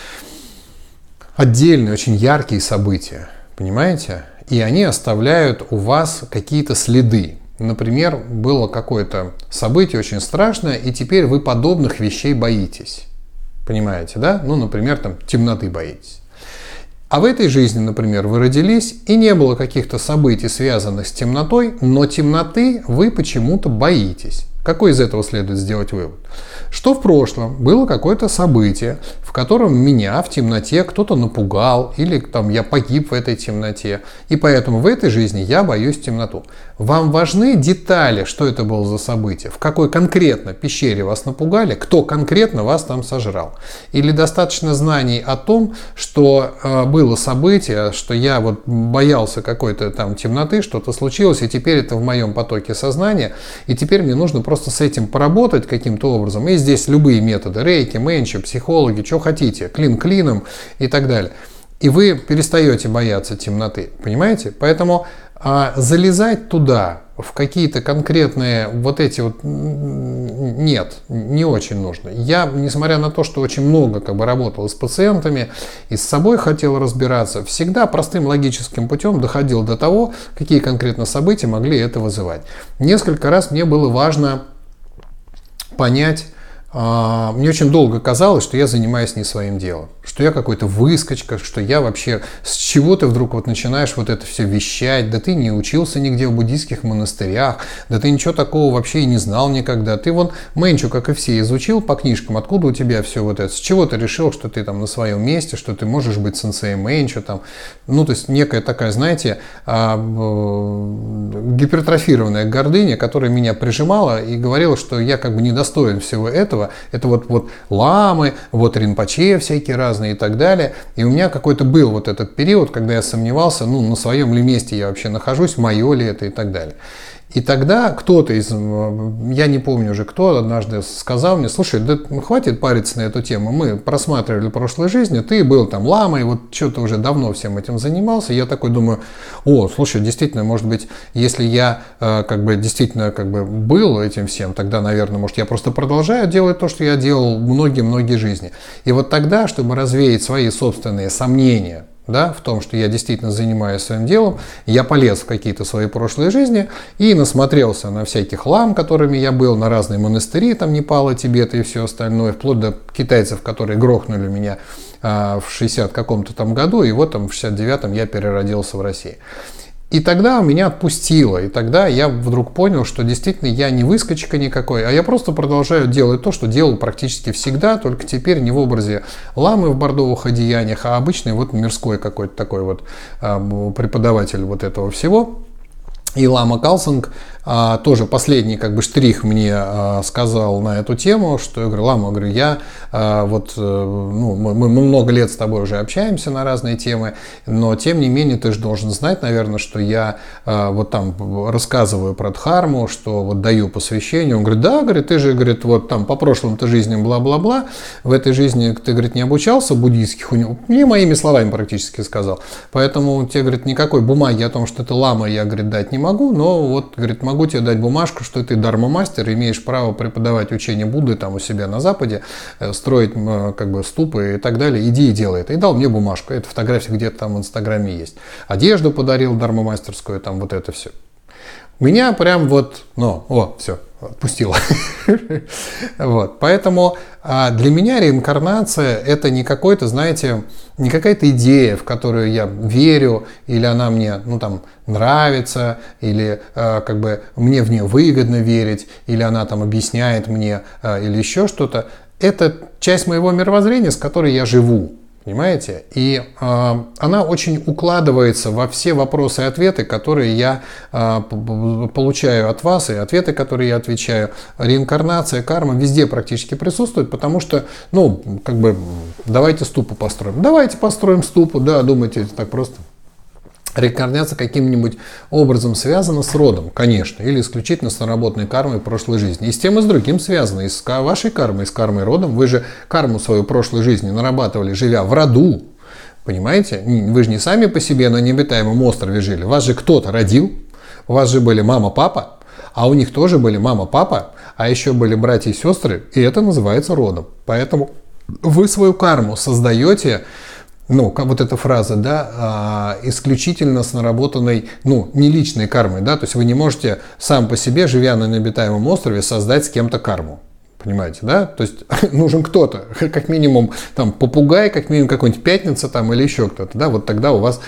отдельные, очень яркие события, понимаете? И они оставляют у вас какие-то следы. Например, было какое-то событие очень страшное, и теперь вы подобных вещей боитесь. Понимаете, да? Ну, например, там, темноты боитесь. А в этой жизни, например, вы родились, и не было каких-то событий, связанных с темнотой, но темноты вы почему-то боитесь. Какой из этого следует сделать вывод? Что в прошлом было какое-то событие, в котором меня в темноте кто-то напугал, или там я погиб в этой темноте, и поэтому в этой жизни я боюсь темноту. Вам важны детали, что это было за событие, в какой конкретно пещере вас напугали, кто конкретно вас там сожрал. Или достаточно знаний о том, что э, было событие, что я вот боялся какой-то там темноты, что-то случилось, и теперь это в моем потоке сознания, и теперь мне нужно просто Просто с этим поработать каким-то образом. И здесь любые методы. Рейки, менчи, психологи, что хотите. Клин клином и так далее. И вы перестаете бояться темноты. Понимаете? Поэтому а, залезать туда, в какие-то конкретные вот эти вот... Нет, не очень нужно. Я, несмотря на то, что очень много как бы работал с пациентами и с собой хотел разбираться, всегда простым логическим путем доходил до того, какие конкретно события могли это вызывать. Несколько раз мне было важно понять, мне очень долго казалось, что я занимаюсь не своим делом, что я какой-то выскочка, что я вообще... С чего ты вдруг вот начинаешь вот это все вещать? Да ты не учился нигде в буддийских монастырях, да ты ничего такого вообще и не знал никогда. Ты вон менчу, как и все, изучил по книжкам, откуда у тебя все вот это? С чего ты решил, что ты там на своем месте, что ты можешь быть сенсеем менчу там? Ну, то есть некая такая, знаете, гипертрофированная гордыня, которая меня прижимала и говорила, что я как бы недостоин всего этого. Это вот, вот ламы, вот ринпоче всякие разные и так далее. И у меня какой-то был вот этот период, когда я сомневался, ну, на своем ли месте я вообще нахожусь, мое ли это и так далее. И тогда кто-то из, я не помню уже кто, однажды сказал мне: слушай, да хватит париться на эту тему, мы просматривали прошлой жизни, ты был там ламой, вот что-то уже давно всем этим занимался. Я такой думаю: о, слушай, действительно, может быть, если я как бы действительно как бы был этим всем, тогда, наверное, может, я просто продолжаю делать то, что я делал многие-многие жизни. И вот тогда, чтобы развеять свои собственные сомнения, да, в том, что я действительно занимаюсь своим делом, я полез в какие-то свои прошлые жизни и насмотрелся на всяких лам, которыми я был, на разные монастыри, там Непала, Тибета и все остальное, вплоть до китайцев, которые грохнули меня а, в шестидесятом каком-то там году, и вот там в шестьдесят девятом я переродился в России. И тогда меня отпустило, и тогда я вдруг понял, что действительно я не выскочка никакой, а я просто продолжаю делать то, что делал практически всегда, только теперь не в образе ламы в бордовых одеяниях, а обычный вот мирской какой-то такой вот э, преподаватель вот этого всего. И лама Калсинг а, тоже последний как бы штрих мне а, сказал на эту тему, что я говорю: лама, говорю, я а, вот, ну, мы, мы много лет с тобой уже общаемся на разные темы, но тем не менее ты же должен знать, наверное, что я а, вот там рассказываю про дхарму, что вот даю посвящение. Он говорит: да, говорит, ты же, говорит, вот там по прошлым-то жизням бла-бла-бла, в этой жизни ты, говорит, не обучался буддийских, мне моими словами практически сказал, поэтому тебе, говорит, никакой бумаги о том, что это лама, я, говорит, дать не могу. могу, но вот, говорит, могу тебе дать бумажку, что ты дарма-мастер, имеешь право преподавать учение Будды там у себя на Западе, строить как бы ступы и так далее, иди и делай это. И дал мне бумажку, эта фотография где-то там в Инстаграме есть. Одежду подарил дарма-мастерскую, там вот это все. Меня прям вот, ну, о, все, отпустило. Вот, поэтому а для меня реинкарнация это не какой-то, знаете, не какая-то идея, в которую я верю, или она мне, ну, там, нравится, или а, как бы мне в нее выгодно верить, или она там объясняет мне, а, или еще что-то. Это часть моего мировоззрения, с которой я живу. Понимаете? И э, она очень укладывается во все вопросы и ответы, которые я э, получаю от вас, и ответы, которые я отвечаю. Реинкарнация, карма везде практически присутствует, потому что, ну, как бы, давайте ступу построим. Давайте построим ступу, да, думаете, это так просто. Реинкарнация каким-нибудь образом связана с родом, конечно, или исключительно с наработанной кармой прошлой жизни. И с тем, и с другим связано. И с вашей кармой, и с кармой родом. Вы же карму свою прошлой жизни нарабатывали, живя в роду. Понимаете? Вы же не сами по себе на необитаемом острове жили. Вас же кто-то родил. У вас же были мама-папа. А у них тоже были мама-папа. А еще были братья и сестры. И это называется родом. Поэтому вы свою карму создаете... Ну, как вот эта фраза, да, исключительно с наработанной, ну, не личной кармой, да, то есть вы не можете сам по себе, живя на необитаемом острове, создать с кем-то карму. Понимаете, да? То есть нужен кто-то, как минимум там попугай, как минимум какой-нибудь пятница там или еще кто-то, да, вот тогда у вас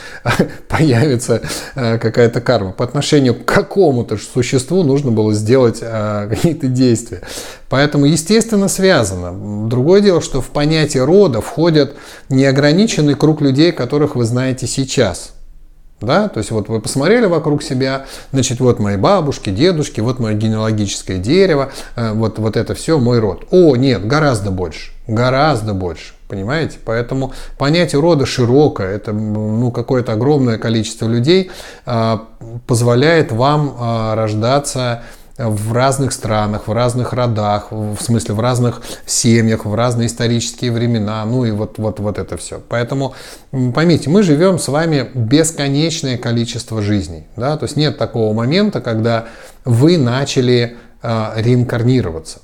появится какая-то карма. По отношению к какому-то существу нужно было сделать какие-то действия. Поэтому, естественно, связано. Другое дело, что в понятие рода входят неограниченный круг людей, которых вы знаете сейчас. Да? То есть вот вы посмотрели вокруг себя, значит, вот мои бабушки, дедушки, вот мое генеалогическое дерево, вот, вот это все мой род. О, нет, гораздо больше, гораздо больше, понимаете? Поэтому понятие рода широкое, это ну, какое-то огромное количество людей а, позволяет вам а, рождаться в разных странах, в разных родах, в смысле в разных семьях, в разные исторические времена, ну и вот, вот, вот это все. Поэтому поймите, мы живем с вами бесконечное количество жизней. Да? То есть нет такого момента, когда вы начали э, реинкарнироваться.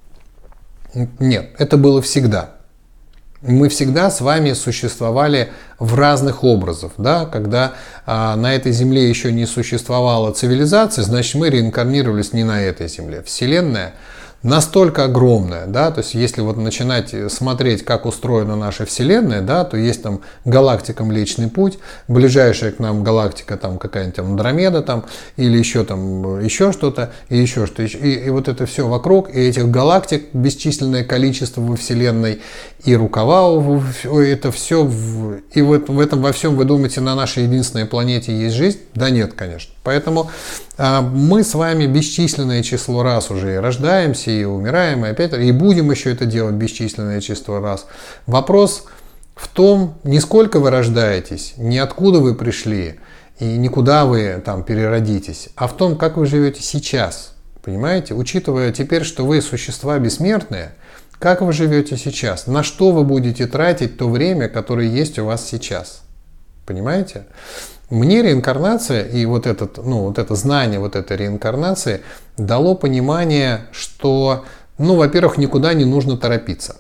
Нет, это было всегда. Мы всегда с вами существовали в разных образах. Да? Когда а, на этой Земле еще не существовала цивилизация, значит мы реинкарнировались не на этой Земле. Вселенная настолько огромная, да, то есть если вот начинать смотреть, как устроена наша Вселенная, да, то есть там галактика Млечный Путь, ближайшая к нам галактика там какая-нибудь там Андромеда там, или еще там еще что-то, и еще что-то, и, и вот это все вокруг, и этих галактик бесчисленное количество во Вселенной, и рукава, это все, в, и вот в этом во всем вы думаете, на нашей единственной планете есть жизнь? Да нет, конечно. Поэтому а, мы с вами бесчисленное число раз уже и рождаемся, и умираем, и опять, и будем еще это делать бесчисленное число раз. Вопрос в том, не сколько вы рождаетесь, не откуда вы пришли, и никуда вы там переродитесь, а в том, как вы живете сейчас. Понимаете? Учитывая теперь, что вы существа бессмертные, как вы живете сейчас? На что вы будете тратить то время, которое есть у вас сейчас? Понимаете? Мне реинкарнация и вот, этот, ну, вот это знание вот этой реинкарнации дало понимание, что, ну, во-первых, никуда не нужно торопиться.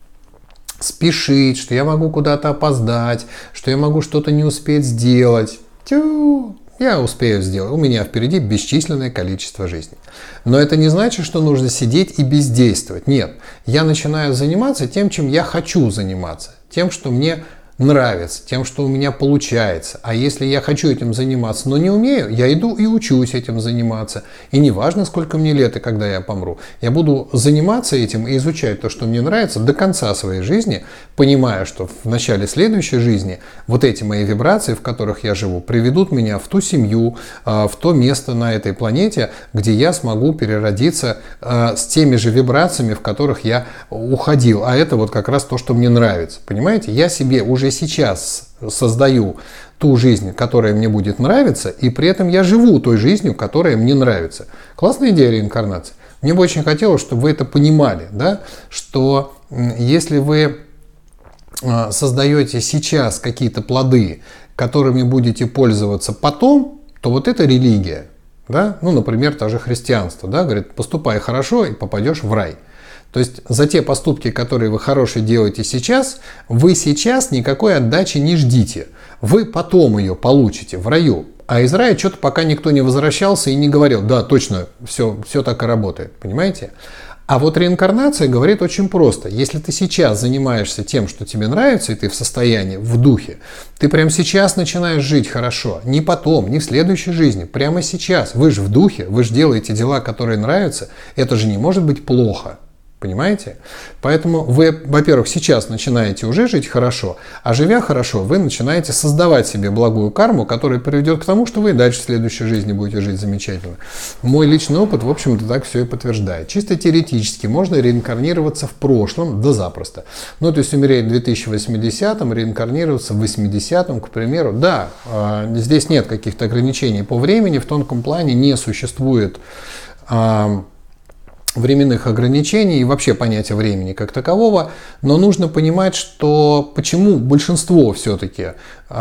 Спешить, что я могу куда-то опоздать, что я могу что-то не успеть сделать. Тю, я успею сделать. У меня впереди бесчисленное количество жизней. Но это не значит, что нужно сидеть и бездействовать. Нет, я начинаю заниматься тем, чем я хочу заниматься. Тем, что мне нравится, тем, что у меня получается. А если я хочу этим заниматься, но не умею, я иду и учусь этим заниматься. И не важно, сколько мне лет и когда я помру. Я буду заниматься этим и изучать то, что мне нравится, до конца своей жизни, понимая, что в начале следующей жизни вот эти мои вибрации, в которых я живу, приведут меня в ту семью, в то место на этой планете, где я смогу переродиться с теми же вибрациями, в которых я уходил. А это вот как раз то, что мне нравится. Понимаете? Я себе уже сейчас создаю ту жизнь, которая мне будет нравиться, и при этом я живу той жизнью, которая мне нравится. Классная идея реинкарнации. Мне бы очень хотелось, чтобы вы это понимали, да? Что если вы создаете сейчас какие-то плоды, которыми будете пользоваться потом, то вот это религия. Да? Ну, например, тоже христианство. Да? Говорит, поступай хорошо и попадешь в рай. То есть за те поступки, которые вы хорошие делаете сейчас, вы сейчас никакой отдачи не ждите. Вы потом ее получите в раю. А из рая что-то пока никто не возвращался и не говорил, да, точно, все, все так и работает. Понимаете? А вот реинкарнация говорит очень просто. Если ты сейчас занимаешься тем, что тебе нравится, и ты в состоянии, в духе, ты прямо сейчас начинаешь жить хорошо. Не потом, не в следующей жизни, прямо сейчас. Вы же в духе, вы же делаете дела, которые нравятся. Это же не может быть плохо. Понимаете? Поэтому вы, во-первых, сейчас начинаете уже жить хорошо, а живя хорошо, вы начинаете создавать себе благую карму, которая приведет к тому, что вы и дальше в следующей жизни будете жить замечательно. Мой личный опыт, в общем-то, так все и подтверждает. Чисто теоретически можно реинкарнироваться в прошлом, да запросто. Ну, то есть умереть в две тысячи восьмидесятом, реинкарнироваться в восьмидесятом, к примеру. Да, здесь нет каких-то ограничений по времени, в тонком плане не существует временных ограничений и вообще понятия времени как такового, но нужно понимать, что почему большинство все-таки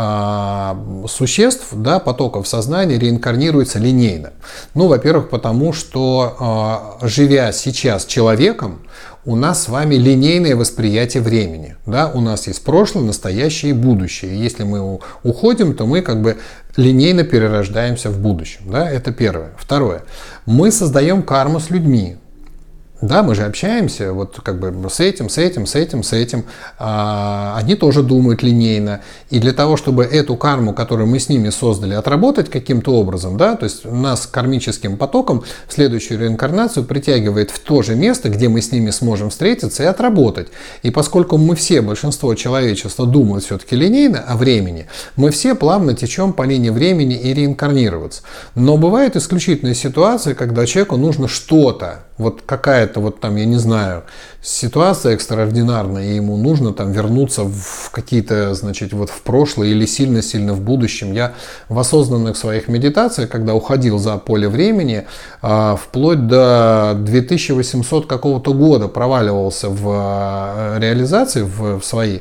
э, существ, да, потоков сознания реинкарнируется линейно. Ну, во-первых, потому что, э, живя сейчас человеком, у нас с вами линейное восприятие времени. Да? У нас есть прошлое, настоящее и будущее. И если мы уходим, то мы как бы линейно перерождаемся в будущем. Да? Это первое. Второе. Мы создаем карму с людьми. Да, мы же общаемся вот как бы с этим, с этим, с этим, с этим. А, они тоже думают линейно. И для того, чтобы эту карму, которую мы с ними создали, отработать каким-то образом, да, то есть нас кармическим потоком в следующую реинкарнацию притягивает в то же место, где мы с ними сможем встретиться и отработать. И поскольку мы все, большинство человечества думают все-таки линейно о времени, мы все плавно течем по линии времени и реинкарнироваться. Но бывают исключительные ситуации, когда человеку нужно что-то, вот какая-то вот там, я не знаю, ситуация экстраординарная, и ему нужно там вернуться в какие-то, значит, вот в прошлое или сильно-сильно в будущем. Я в осознанных своих медитациях, когда уходил за поле времени, вплоть до две тысячи восьмисотого какого-то года проваливался в реализации в свои,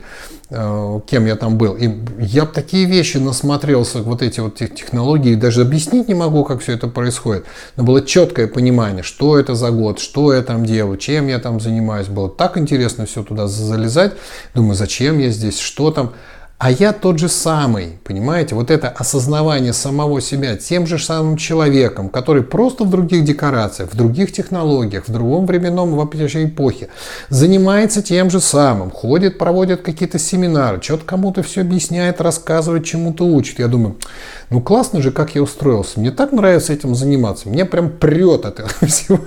кем я там был. И я такие вещи насмотрелся, вот эти вот технологии, даже объяснить не могу, как все это происходит. Но было четкое понимание, что это за год, что я там делаю, чем я там занимаюсь. Было так интересно все туда залезать. Думаю, зачем я здесь, что там. А я тот же самый, понимаете? Вот это осознавание самого себя тем же самым человеком, который просто в других декорациях, в других технологиях, в другом временном вообще эпохе занимается тем же самым, ходит, проводит какие-то семинары, что-то кому-то все объясняет, рассказывает, чему-то учит. Я думаю, ну классно же, как я устроился. Мне так нравится этим заниматься. Меня прям прет от этого всего.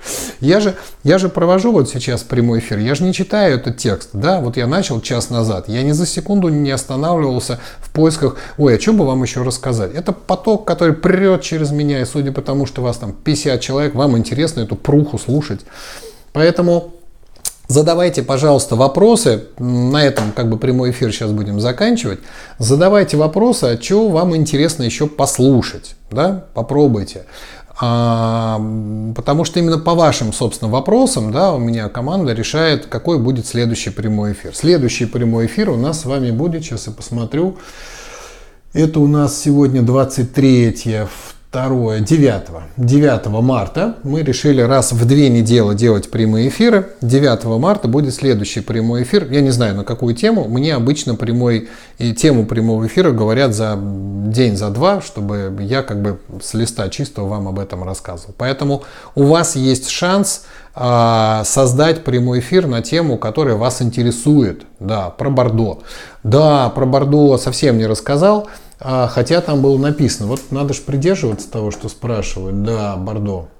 Я же, я же провожу вот сейчас прямой эфир, я же не читаю этот текст. Да? Вот я начал час назад, я ни за секунду не останавливался в поисках, ой, а что бы вам еще рассказать? Это поток, который прет через меня, и судя по тому, что вас там пятьдесят человек, вам интересно эту пруху слушать. Поэтому задавайте, пожалуйста, вопросы. На этом как бы прямой эфир сейчас будем заканчивать. Задавайте вопросы, а что вам интересно еще послушать. Да? Попробуйте. А, потому что именно по вашим, собственно, вопросам, да, у меня команда решает, какой будет следующий прямой эфир. Следующий прямой эфир у нас с вами будет, сейчас я посмотрю, это у нас сегодня двадцать третье, второе, девятое, девятого марта. Мы решили раз в две недели делать прямые эфиры. девятого марта будет следующий прямой эфир. Я не знаю, на какую тему. Мне обычно прямой, и тему прямого эфира говорят за день, за два, чтобы я как бы с листа чистого вам об этом рассказывал. Поэтому у вас есть шанс а, создать прямой эфир на тему, которая вас интересует. Да, про Бордо. Да, про Бордо совсем не рассказал. А, хотя там было написано, вот надо же придерживаться того, что спрашивают. Да, Бордо.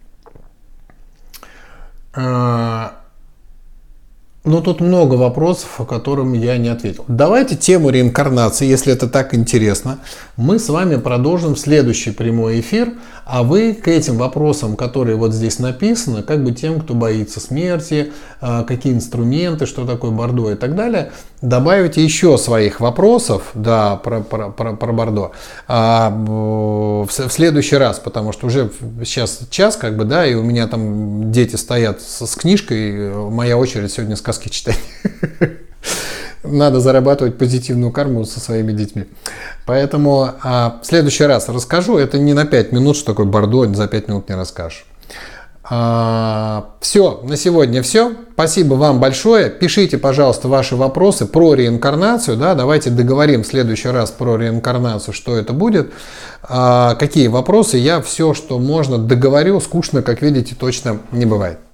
А, но тут много вопросов, о которых я не ответил. Давайте тему реинкарнации, если это так интересно, мы с вами продолжим следующий прямой эфир, а вы к этим вопросам, которые вот здесь написаны, как бы тем, кто боится смерти, какие инструменты, что такое Бордо и так далее, добавите еще своих вопросов, да, про, про, про, про Бордо а, в, в следующий раз, потому что уже сейчас час, как бы, да, и у меня там дети стоят с, с книжкой, моя очередь сегодня сказки читать. надо зарабатывать позитивную карму со своими детьми. Поэтому а, в следующий раз расскажу. Это не на пять минут, что такое бордо, за пять минут не расскажешь. А, все, на сегодня все. Спасибо вам большое. Пишите, пожалуйста, ваши вопросы про реинкарнацию. Да? Давайте договорим в следующий раз про реинкарнацию, что это будет. А, какие вопросы. Я все, что можно, договорю. Скучно, как видите, точно не бывает.